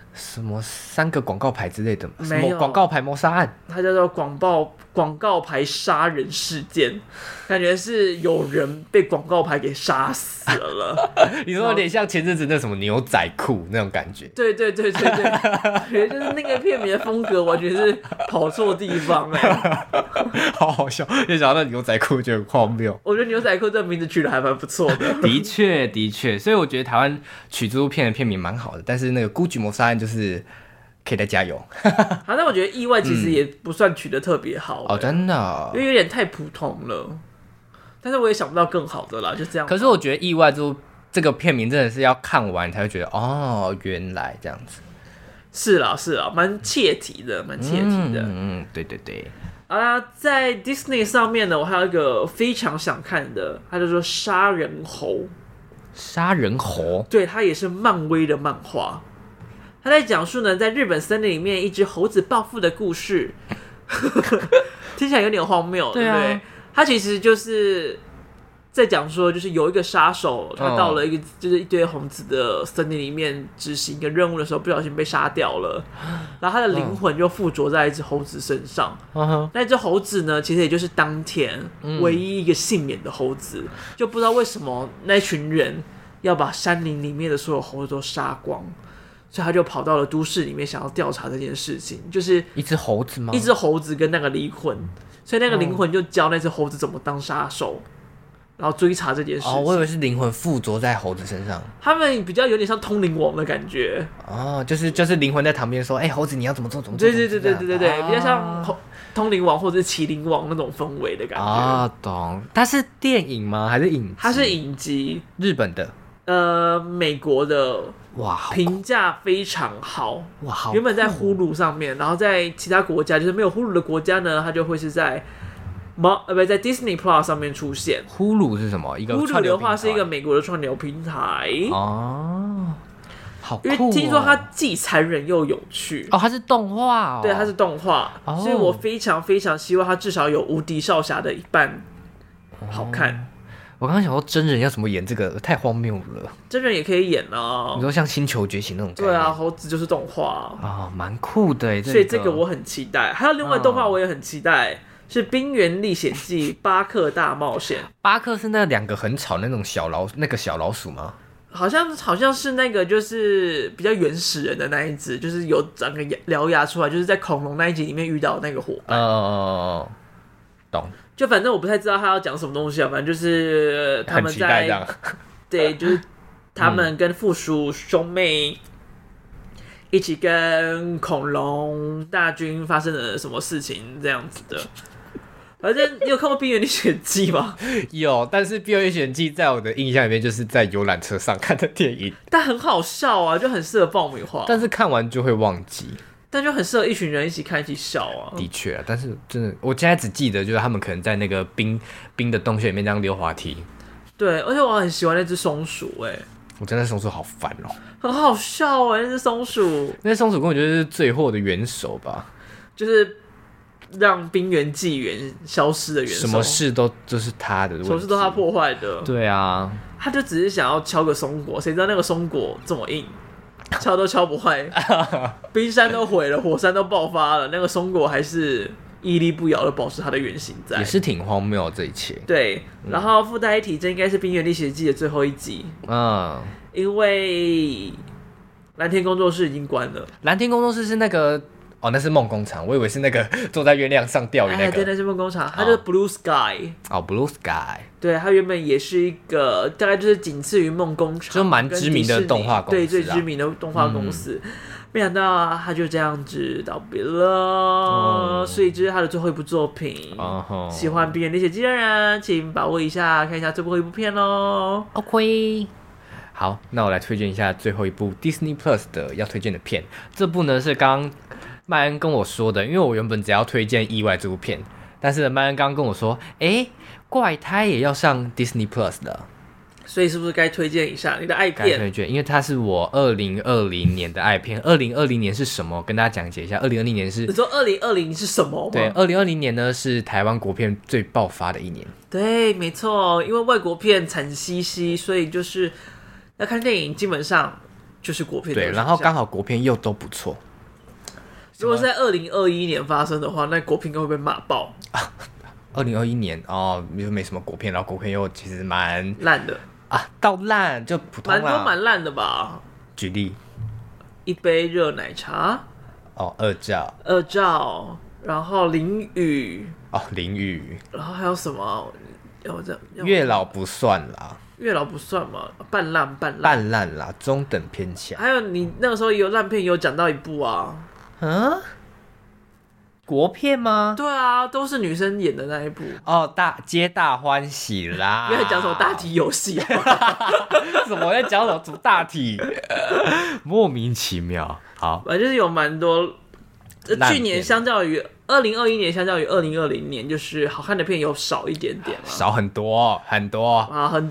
什么3个广告牌之类的，什没有么广告牌谋杀案， 它叫做广告牌杀人事件，感觉是有人被广告牌给杀死了。 你说有点像前阵子那什么牛仔裤那种感觉。 对，就是那个片名的风格完全是跑错地方好好笑，就想到那牛仔裤就很荒谬。 我觉得牛仔裤这个名字取得还蛮不错的。 的确，所以我觉得台湾取这部片的片名蛮好的，但是那个《孤举谋杀案》就是可以再加油。 好，但我觉得意外其实也不算取得特别好哦，真的， 因为有点太普通了。但是我也想不到更好的啦，就这样。 可是我觉得意外这个片名真的是要看完才会觉得哦，原来这样子。 是啦，蛮切题的。 对。 好啦，在 Disney 上面呢，我还有一个非常想看的，它叫做《杀人猴》。 杀人猴， 对，它也是漫威的漫画。它在讲述呢，在日本森林里面，一只猴子暴富的故事。听起来有点荒谬，对不对？它其实就是在讲说，就是有一个杀手，他到了就是一堆猴子的森林里面执行一个任务的时候，不小心被杀掉了，然后他的灵魂就附着在一只猴子身上。那只猴子呢，其实也就是当天唯一一个幸免的猴子，就不知道为什么那群人要把山林里面的所有猴子都杀光。所以他就跑到了都市里面，想要调查这件事情，就是一只猴子吗？ 一只猴子跟那个灵魂，所以那个灵魂就教那只猴子怎么当杀手，然后追查这件事情。 我以为是灵魂附着在猴子身上。 他们比较有点像通灵王的感觉。 就是灵魂在旁边说：“猴子你要怎么做？怎么做？” 对，比较像通灵王或者麒麟王那种氛围的感觉。 懂。它是电影吗？还是影集？ 它是影集， 日本的。 美国的。 哇， 评价非常好。 哇，好！ 原本在 Hulu 上面，然后在其他国家，就是没有 Hulu 的国家呢，它就会是在在 Disney Plus 上面出现。 Hulu 是什么？一个 Hulu 的话是一个美国的串流平台。 好酷！ 因为听说它既残忍又有趣。 它是动画。 对，它是动画，所以我非常非常希望它至少有无敌少侠的一半好看。 我刚刚想说真人要怎么演这个，太荒谬了。 真人也可以演啊， 你说像星球觉醒那种概念。 对啊，猴子就是动画蛮酷的耶。 所以这个我很期待。还有另外动画我也很期待，是《冰原历险记》巴克大冒险。 巴克是那2个很吵那种小老鼠吗？ 好像是那个就是比较原始人的那一只，就是有长个獠牙出来，就是在恐龙那一集里面遇到的那个伙伴。懂。就反正我不太知道他要讲什么东西啊，反正就是他们在对，就是他们跟附属兄妹一起跟恐龙大军发生了什么事情这样子的。反正你有看过《冰原历险记》吗？ 有，但是《冰原历险记》在我的印象里面就是在游览车上看的电影， 但很好笑啊，就很适合爆米花。 但是看完就会忘记。 但就很适合一群人一起看一起笑啊。 的确啊，但是真的，我现在只记得就是他们可能在那个冰的洞穴里面这样溜滑梯。 对，而且我很喜欢那只松鼠我真的松鼠好烦很好笑那只松鼠。 那只松鼠根本就是罪祸的元首吧？ 就是让冰原纪元消失的元首， 什么事都就是他的问题， 什么事都他破坏的。 对啊， 他就只是想要敲个松果，谁知道那个松果这么硬。敲都敲不坏，冰山都毁了，火山都爆发了，那个松果还是屹立不摇的保持它的原形在， 也是挺荒谬这一切。 对，然后附带一提，这应该是《冰原历险记》的最后一集，因为蓝天工作室已经关了。 蓝天工作室是那个那是梦工厂，我以为是那个坐在月亮上钓鱼那个。 对，那是梦工厂，它就是 Blue Sky。 Blue Sky。 对，它原本也是一个大概就是仅次于梦工厂， 就蛮知名的动画公司， 对，最知名的动画公司。没想到它就这样子倒闭了，所以这是它的最后一部作品。喜欢《冰原历险记》的人，请把握一下，看一下最后一部片咯。 OK。好，那我来推荐一下最后一部 Disney Plus 的要推荐的片。这部呢是刚麦恩跟我说的，因为我原本只要推荐意外这部片，但是麦恩刚跟我说，怪胎也要上 Disney Plus 了， 所以是不是该推荐一下你的爱片？ 该推荐，因为它是我2020年的爱片。2020年是什么？跟大家讲解一下。2020年是， 你说2020是什么吗？ 对，2020年呢是台湾国片最爆发的一年。 对，没错，因为外国片惨兮兮，所以就是要看电影，基本上就是国片。 对，然后刚好国片又都不错。 如果是在2021年发生的话，那国片应该会被骂爆。 2021年哦，又没什么国片，然后国片又其实蛮烂的啊，到烂就普通啦， 蛮多蛮烂的吧？ 举例， 一杯热奶茶， 二照，然后淋雨， 淋雨， 然后还有什么？ 月老不算啦， 月老不算嘛，半烂啦，中等偏强。 还有你那个时候有烂片，有讲到一部啊， 国片吗？ 对啊，都是女生演的那一部皆大欢喜啦。 你在讲什么大体游戏？ 什么在讲什么大体？莫名其妙。好， 反正就是有蛮多。去年相较于2021年，相较于2020年，就是好看的片有少一点点， 少很多啊，很多。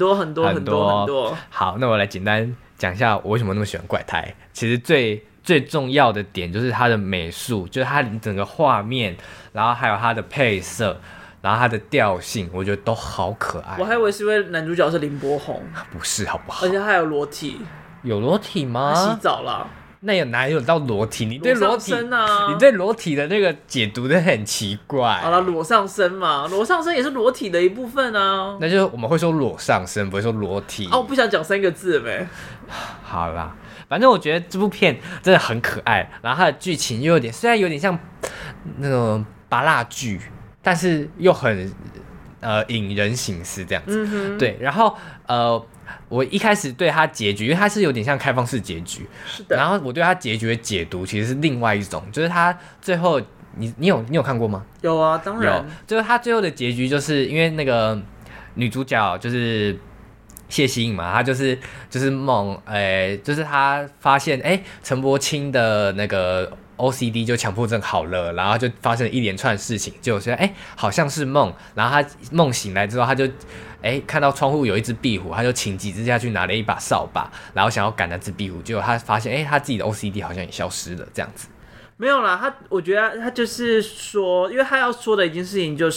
好，那我来简单讲一下我为什么那么喜欢怪胎。其实最重要的点就是它的美术，就是它整个画面，然后还有它的配色，然后它的调性，我觉得都好可爱。 我还以为是因为男主角是林柏宏， 不是好不好？ 而且还有裸体， 有裸体吗？ 洗澡啦。 那哪有到裸体？你对裸体啊， 你对裸体的那个解读的很奇怪。 好了，裸上身嘛，裸上身也是裸体的一部分啊。 那就我们会说裸上身，不会说裸体。 我不想讲3个字没。 好啦，反正我觉得这部片真的很可爱，然后它的剧情又虽然有点像那种芭乐剧，但是又很引人省思这样子。对，然后我一开始对它结局，因为它是有点像开放式结局， 是的。 然后我对它结局的解读其实是另外一种，就是它最后你有看过吗？ 有啊，当然。 就是它最后的结局，就是因为那个女主角就是谢欣颖嘛，她就是梦，就是她发现陈柏青的那个 OCD 就强迫症好了，然后就发生了一连串事情，结果说好像是梦，然后她梦醒来之后，她就看到窗户有一只壁虎，她就情急之下去拿了一把扫把，然后想要赶那只壁虎，结果她发现她自己的 OCD 好像也消失了，这样子。 没有啦，我觉得他就是说，因为他要说的一件事情就是，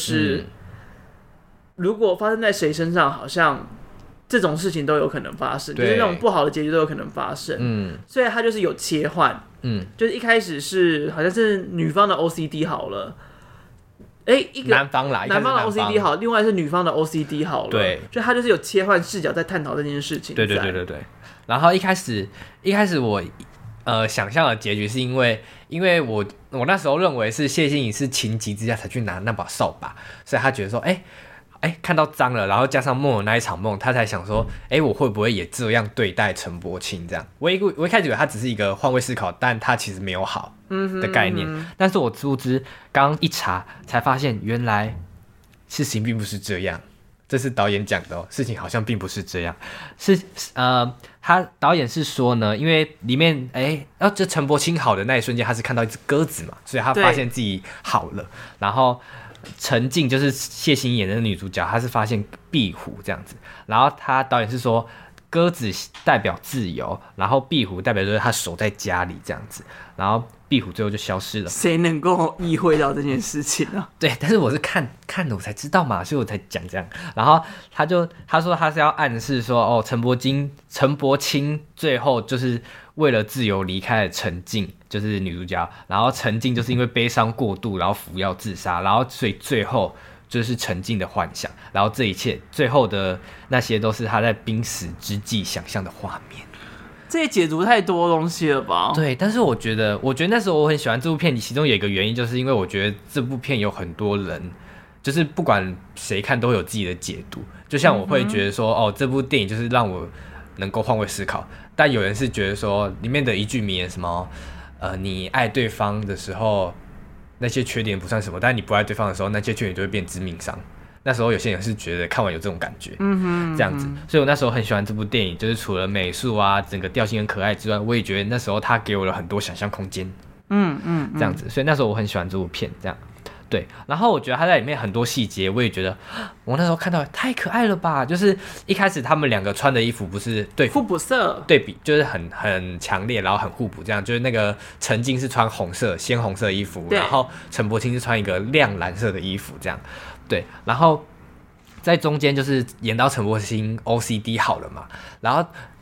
如果发生在谁身上，好像这种事情都有可能发生，就是那种不好的结局都有可能发生。所以他就是有切换，就是一开始是好像是女方的 OCD 好了，一个男方的 OCD 好，另外是女方的 OCD 好了，对，所以他就是有切换视角在探讨这件事情。 对。然后一开始我想象的结局是因为我那时候认为是谢欣颖是情急之下才去拿那把扫把，所以他觉得说看到脏了，然后加上梦的那一场梦，他才想说我会不会也这样对待陈柏青这样。我一开始以为他只是一个换位思考，但他其实没有好的概念。但是我殊不知刚一查才发现，原来事情并不是这样。这是导演讲的事情好像并不是这样，是他导演是说呢，因为里面这陈柏青好的那一瞬间，他是看到一只鸽子嘛，所以他发现自己好了。然后陈静就是谢欣颖演的女主角，她是发现壁虎这样子。然后他导演是说，鸽子代表自由，然后壁虎代表就是他守在家里这样子，然后壁虎最后就消失了。 谁能够意会到这件事情呢？ 对，但是我是看了我才知道嘛，所以我才讲这样。然后他说他是要暗示说，陈柏青最后就是为了自由离开了陈静，就是女主角。然后陈静就是因为悲伤过度，然后服药自杀，然后所以最后就是陈静的幻想，然后这一切最后的那些都是他在濒死之际想象的画面。 这也解读太多东西了吧？ 对，但是我觉得那时候我很喜欢这部片，其中有一个原因就是因为我觉得这部片有很多人，就是不管谁看都有自己的解读。就像我会觉得说，这部电影就是让我能够换位思考，但有人是觉得说里面的一句名言什么，你爱对方的时候那些缺点不算什么，但你不爱对方的时候，那些缺点就会变致命伤。那时候有些人是觉得看完有这种感觉，这样子，所以我那时候很喜欢这部电影，就是除了美术啊，整个调性很可爱之外，我也觉得那时候它给我了很多想象空间，这样子，所以那时候我很喜欢这部片，这样，对。然后我觉得它在里面很多细节，我也觉得我那时候看到太可爱了吧，就是一开始他们两个穿的衣服不是互补色对比，就是很强烈，然后很互补，这样，就是那个陈静是穿鲜红色的衣服，然后陈柏青是穿一个亮蓝色的衣服，这样。对，然后在中间就是演到陈柏青 OCD 好了嘛，然后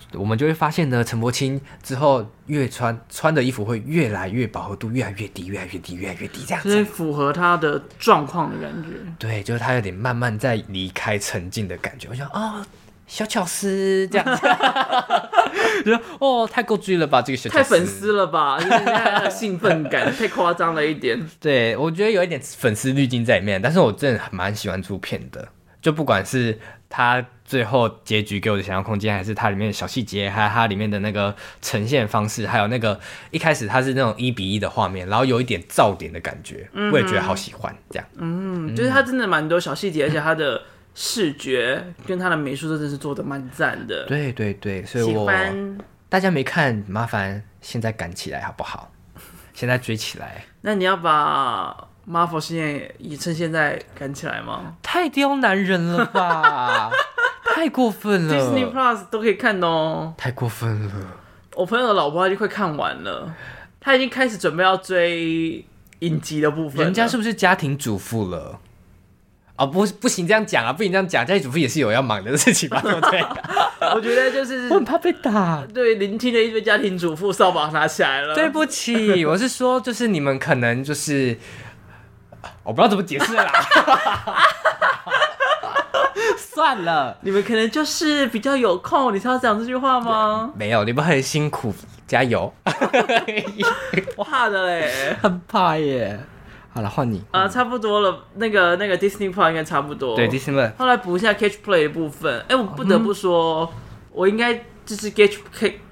我们就会发现呢，陈柏青之后越穿的衣服会越来越饱和度越来越低，越来越低，越来越低，这样子， 就是符合他的状况的感觉。 对，就是他有点慢慢在离开沉静的感觉。我想小巧思这样子，就说太够追了吧，这个小巧思太粉丝了吧，就是他的兴奋感太夸张了一点。 对，我觉得有一点粉丝滤镜在里面，但是我真的蛮喜欢这部片的。就不管是他最后结局给我的想象空间，还是它里面的小细节，还有它里面的那个呈现方式，还有那个一开始它是那种1:1的画面，然后有一点噪点的感觉，我也觉得好喜欢这样。 就是他真的蛮多小细节，而且他的视觉跟他的美术真的是做的蛮赞的。 对对对，所以大家没看，麻烦现在赶起来好不好？现在追起来。 那你要把Marvel 趁现在赶起来吗？ 太刁难人了吧！太过分了。 Disney Plus 都可以看哦。 太过分了。 我朋友的老婆已经快看完了，他已经开始准备要追影集的部分了。 人家是不是家庭主妇了？不行这样讲啊，不行这样讲，家庭主妇也是有要忙的事情吧，对不对？ 我觉得就是我很怕被打。 对，聆听了一堆家庭主妇，扫把拿起来了。 对不起，我是说，就是你们可能就是，我不知道怎么解释了啦。算了， 你们可能就是比较有空，你才要讲这句话吗？ 没有，你们很辛苦，加油。 我怕的嘞， 很怕耶。好了，换你差不多了。那个 Disney Plus 应该差不多。 对 Disney Plus。 后来补一下 Catch Play 的部分。我不得不说，我应该就是 Catch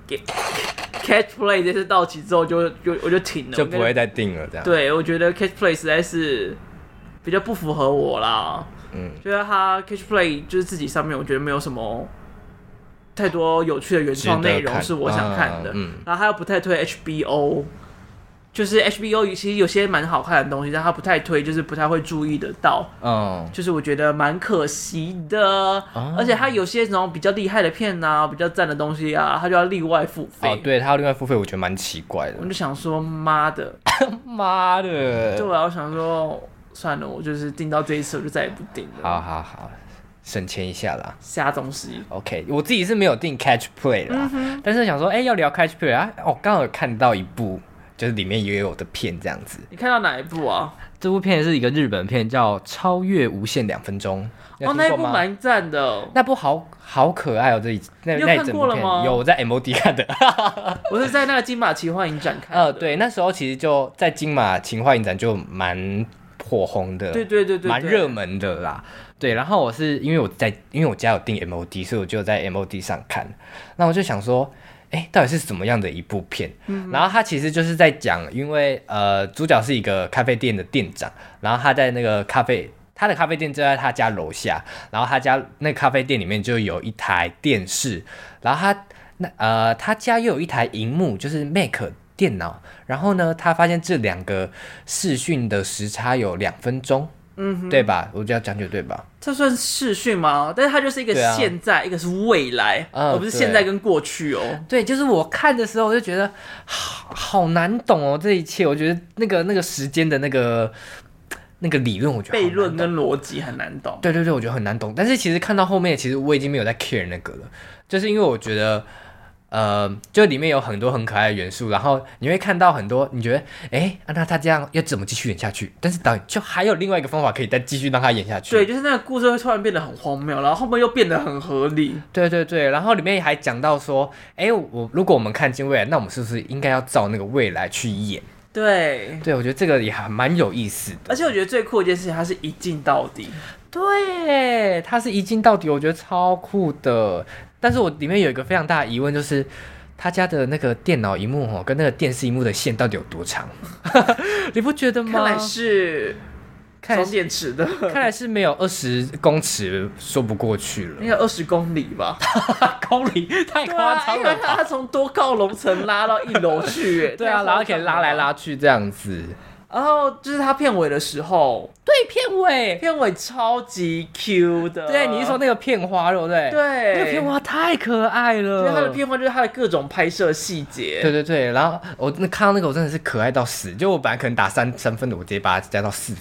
Play 这次到期之后我就停了， 就不会再订了这样。 对，我觉得 Catch Play 实在是比较不符合我啦。觉得它 Catch Play 就是自己上面，我觉得没有什么太多有趣的原创内容是我想看的。然后它又不太推 HBO。就是 HBO 其实有些蛮好看的东西，但他不太推，就是不太会注意得到。就是我觉得蛮可惜的。而且他有些那种比较厉害的片啊，比较赞的东西啊，他就要另外付费。 对，他要另外付费，我觉得蛮奇怪的。 我就想说，妈的， 妈的！ 对啊，我想说，算了，我就是订到这一次，我就再也不订了。 好，省钱一下啦。 瞎东西。 OK， 我自己是没有订 Catch Play 啦，但是想说，要聊 Catch Play 啊，刚好有看到一部。就是里面也有的片这样子。 你看到哪一部啊？ 这部片是一个日本片，叫《超越无限2分钟》。 那一部蛮赞的。 那部好可爱哦！ 你有看过了吗？ 有，我在 MOD 看的。 我是在那个金马奇幻影展看的。 对，那时候其实就在金马奇幻影展就蛮火红的， 对， 蛮热门的啦。对，然后因为我家有订 MOD， 所以我就在 MOD 上看。那我就想说。到底是什么样的一部片？然后他其实就是在讲，因为主角是一个咖啡店的店长，然后他在那个他的咖啡店就在他家楼下，然后他家那个咖啡店里面就有一台电视，然后他家又有一台萤幕，就是 Mac 电脑，然后呢，他发现这2个视讯的时差有2分钟。对吧？我就要讲究对吧？ 这算视讯吗？但是它就是一个现在，一个是未来，而不是现在跟过去哦。 对，就是我看的时候我就觉得好难懂哦，这一切。我觉得那个时间的那个理论，我觉得悖论跟逻辑很难懂。 对，我觉得很难懂。但是其实看到后面，其实我已经没有在 care 那个了，就是因为我觉得。就里面有很多很可爱的元素，然后你会看到很多，你觉得，那他这样要怎么继续演下去？但是导演就还有另外一个方法可以再继续让他演下去。 对，就是那个故事会突然变得很荒谬，然后后面又变得很合理。 对，然后里面还讲到说，如果我们看进未来，那我们是不是应该要照那个未来去演？对，我觉得这个也还蛮有意思的。 而且我觉得最酷的一件事情，它是一镜到底。 对，它是一镜到底，我觉得超酷的。但是我里面有一个非常大的疑问，就是他家的那个电脑萤幕跟那个电视萤幕的线到底有多长？你不觉得吗？ 看来是双电池的， 看来是没有20公尺说不过去了， 应该20公里吧？ 公里太夸张了吧，因为他从多高楼层拉到1楼去， 对啊，然后可以拉来拉去这样子。 然后就是他片尾的时候， 对，片尾超级 Q 的。 对，你是说那个片花对不对？ 对， 那个片花太可爱了。 对，他的片花就是他的各种拍摄细节。 对，然后我看到那个我真的是可爱到死，就我本来可能打3分的，我直接把它加到4分。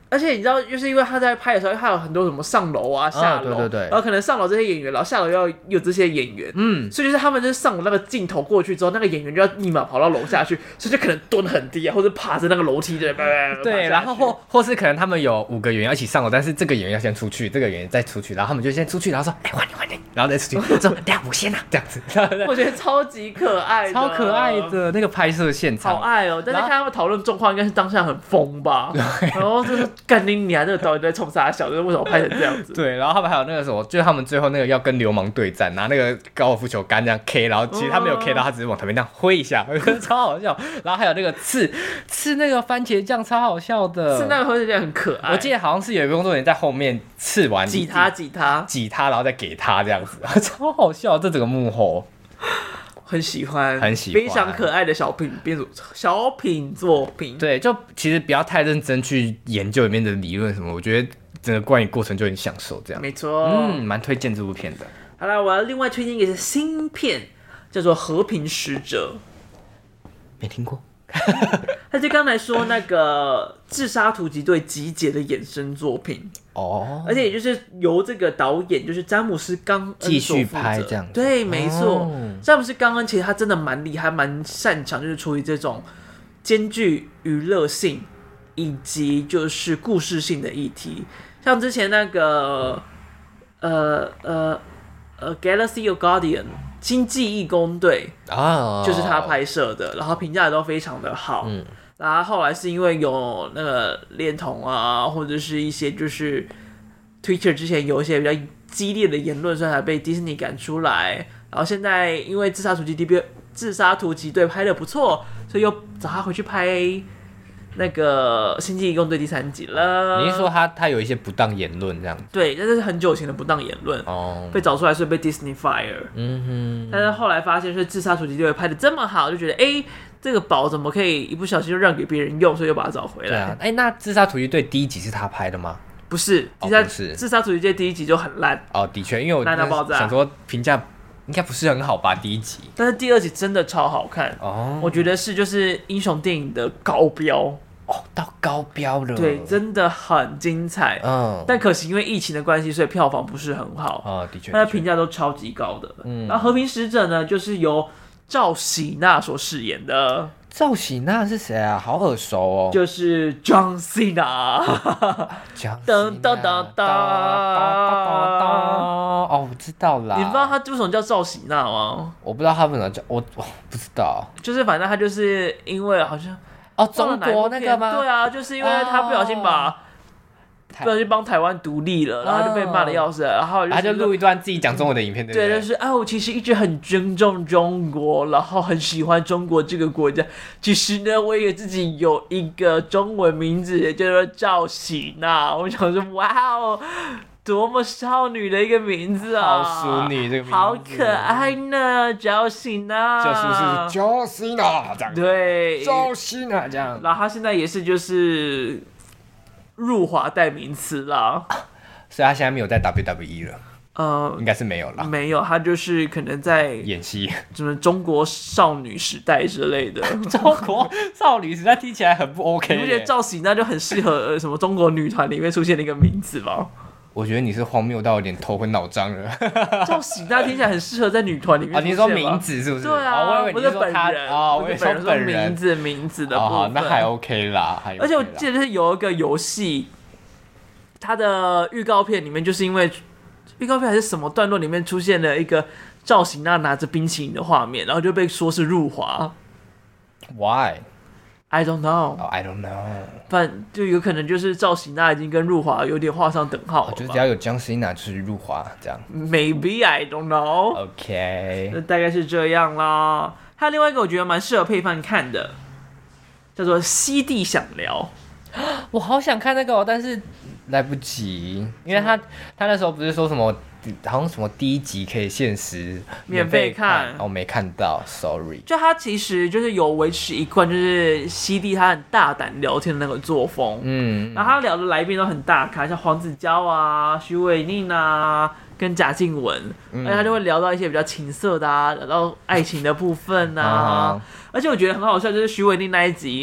而且你知道，就是因为他在拍的时候，他有很多什么上楼啊、下楼， 对， 然后可能上楼这些演员，然后下楼要有这些演员，所以就是他们就是上楼那个镜头过去之后，那个演员就要立马跑到楼下去，所以就可能蹲很低啊，或者爬着那个楼梯的， 对，然后或是可能他们有5个演员要一起上楼，但是这个演员要先出去，这个演员再出去，然后他们就先出去，然后说，换你，然后再出去，说等下我先这样子， 我觉得超级可爱的， 超可爱的那个拍摄现场， 好爱哦！但是看他们讨论状况，应该是当下很疯吧，然后就是干你啊，这个导演在冲啥小，就是为什么拍成这样子？ 对，然后他们还有那个什么，就是他们最后那个要跟流氓对战，拿那个高尔夫球杆这样 K， 然后其实他没有 K 到，他只是往旁边那样挥一下，超好笑。然后还有那个刺那个番茄酱，超好笑的。 刺那个番茄酱很可爱。 我记得好像是有一个工作人员在后面刺完挤他， 然后再给他这样子，超好笑。这整个幕后很喜欢， 非常可爱的小品作品。 对，就其实不要太认真去研究里面的理论什么，我觉得整个观影过程就很享受这样。 没错， 蛮推荐这部片的。 好了，我要另外推荐一个新片，叫做《和平使者》， 没听过。 他就刚才说那个自杀突击队集结的衍生作品哦， 而且也就是由这个导演就是詹姆斯·冈恩继续拍这样。 对，没错，詹姆斯·冈恩其实他真的蛮厉害，蛮擅长就是处理这种兼具娱乐性以及就是故事性的议题，像之前那个Galaxy of Guardian 星际义工队就是他拍摄的，然后评价也都非常的好。然后后来是因为有那个恋童啊，或者是一些就是 Twitter 之前有一些比较激烈的言论，所以才被迪士尼赶出来。然后现在因为自杀突击队拍的不错，所以又找他回去拍那个《星际义工队》第3集了。 你是说他有一些不当言论这样子？ 对，但是很久以前的不当言论被找出来，所以被 Disney fire。但是后来发现是自杀突击队拍的这么好，就觉得这个宝怎么可以一不小心就让给别人用，所以又把它找回来。 对啊，那自杀突击队第1集是他拍的吗？ 不是，自杀突击队第1集就很烂。 的确，因为我烂到爆炸， 想说评价应该不是很好吧，第1集。 但是第2集真的超好看我觉得是就是英雄电影的高标。 到高标了， 对，真的很精彩。但可惜因为疫情的关系，所以票房不是很好。 的确， 它的评价都超级高的。然后和平使者呢，就是由赵喜娜所饰演的。 赵喜娜是谁啊？好耳熟哦。 就是 John Cena。噔噔噔噔。 我知道啦。 你不知道他为什么叫赵喜娜吗？ 我不知道他为什么叫，我不知道。 就是反正他就是因为好像。 中国那个吗？ 对啊，就是因为他不小心帮台湾独立了，然后就被骂的要死，然后他就录一段自己讲中文的影片，对不对？ 对，就是我其实一直很尊重中国，然后很喜欢中国这个国家。其实呢，我也自己有一个中文名字，叫做赵喜娜。我想说，哇哦！多么少女的一个名字啊！ 好淑女这个名字， 好可爱呢，赵喜娜。 就是赵喜娜这样。对，赵喜娜这样。 然后她现在也是就是入华代名词啦， 所以她现在没有在 WWE 了。应该是没有啦。 没有，她就是可能在演戏， 什么中国少女时代之类的。 中国少女时代听起来很不 OK。 你不觉得赵喜娜就很适合什么中国女团里面出现的一个名字吗？ 我觉得你是荒谬到有点头昏脑胀了。 赵喜娜听起来很适合在女团里面出现。 你说名字是不是？ 对啊， 我以为你是说他我以为说本人名字的部分。 那还 OK 啦。 而且我记得是有一个游戏，它的预告片里面就是因为预告片还是什么段落里面出现了一个赵喜娜拿着冰淇淋的画面，然后就被说是入华。 Why？I don't know. I don't know. 反正就有可能就是赵喜娜已经跟入华有点画上等号了吧。 就是只要有江喜娜就是入华这样。 Maybe I don't know. OK. 那大概是这样啦。还有另外一个我觉得蛮适合配饭看的，叫做《西地想聊》。 我好想看那个但是来不及，因为他那时候不是说什么。好像什么第1集可以限时免费看， 我没看到 ，sorry。 就他其实就是有维持一贯，就是西地他很大胆聊天的那个作风，然后他聊的来宾都很大咖，像黄子佼啊、徐伟宁啊，跟贾静雯，而且他就会聊到一些比较情色的聊到爱情的部分啊，而且我觉得很好笑，就是徐伟宁那一集。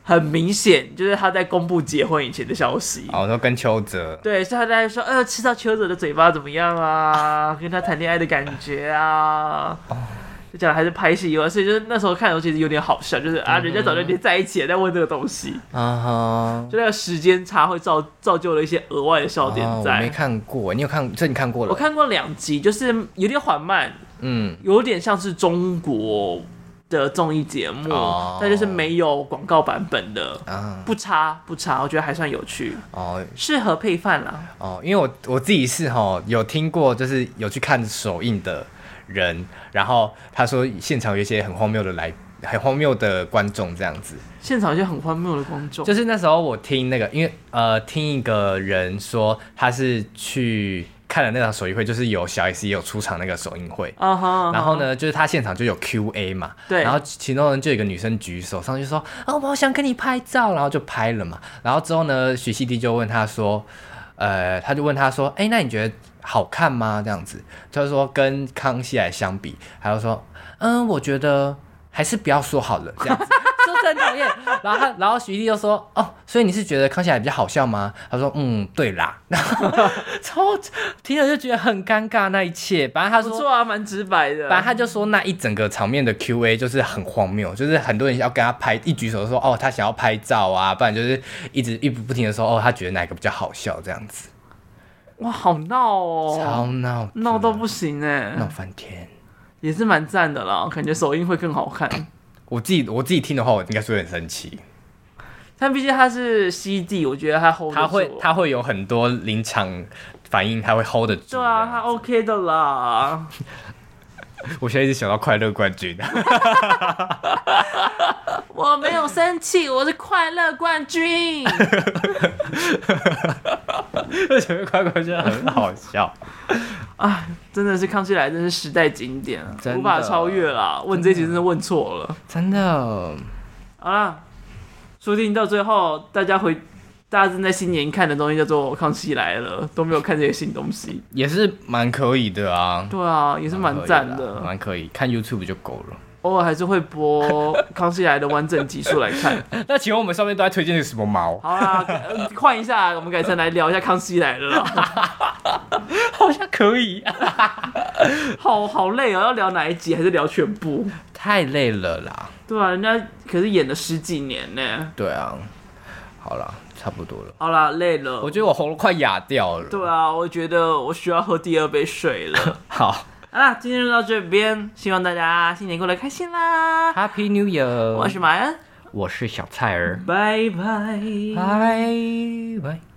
很明显就是他在公布结婚以前的消息。 哦，都跟邱泽。 对，是他在说，吃到邱泽的嘴巴怎么样啊？跟他谈恋爱的感觉啊。就讲还是拍戏所以就是那时候看的时候其实有点好笑，就是人家早就已经在一起了，在问这个东西。就那个时间差会造就了一些额外的笑点在。 我没看过，你有看？这你看过了？ 我看过2集，就是有点缓慢，有点像是中国的综艺节目，但就是没有广告版本的，不差，我觉得还算有趣，适合配饭啦。 因为我自己是有听过，就是有去看首映的人，然后他说现场有一些很荒谬的观众这样子。 现场有些很荒谬的观众， 就是那时候我听那个，因为听一个人说他是去看了那场首映会，就是有小 S 也有出场那个首映会，然后呢，就是他现场就有 Q&A 嘛， 对， 然后其中人就有一个女生举手上去说，我好想跟你拍照，然后就拍了嘛，然后之后呢，许熙娣就问他说，他就问他说，那你觉得好看吗？这样子，就是说跟康熙来相比，他就说，我觉得还是不要说好了，这样子。很讨厌，然后徐弟就说，所以你是觉得康熙来比较好笑吗？他说，对啦，听了就觉得很尴尬那一切。反正他说不错啊，蛮直白的。 反正他就说那一整个场面的 Q&A 就是很荒谬，就是很多人要跟他拍，一举手就说他想要拍照啊，不然就是一直不停的说他觉得哪个比较好笑这样子。 哇，好闹哦， 超闹， 闹到不行哎， 闹翻天， 也是蛮赞的啦，感觉首映会更好看。 我自己听的话，我应该是会很生气。 但毕竟他是西帝，我觉得他 hold 得住， 他会有很多临场反应，他会 hold 得住。 对啊，他 OK 的啦。 我现在一直想到快乐冠军。 我没有生气，我是快乐冠军。 为什么快乐冠军很好笑？ 真的是康熙来，真是时代经典，无法超越啦。问这题真的问错了， 真的。 好啦，说不定到最后大家正在新年看的东西叫做《康熙来了》，都没有看这些新东西， 也是蛮可以的啊。 对啊，也是蛮赞的， 蛮可以看 YouTube 就够了。 偶尔还是会播《康熙来》的完整集数来看。 那请问我们上面都在推荐什么毛？ 好啦，换一下，我们改成来聊一下《康熙来了》 好像可以。 好累哦，要聊哪一集还是聊全部？ 太累了啦。 对啊，人家可是演了10几年呢。 对啊，好啦，差不多了。 好啦，累了。 我觉得我喉咙快哑掉了。 对啊，我觉得我需要喝第2杯水了。 好。 今天就到这边，希望大家新年过得开心啦 ！Happy New Year！ 我是马恩， 我是小蔡儿， 拜拜， 拜拜。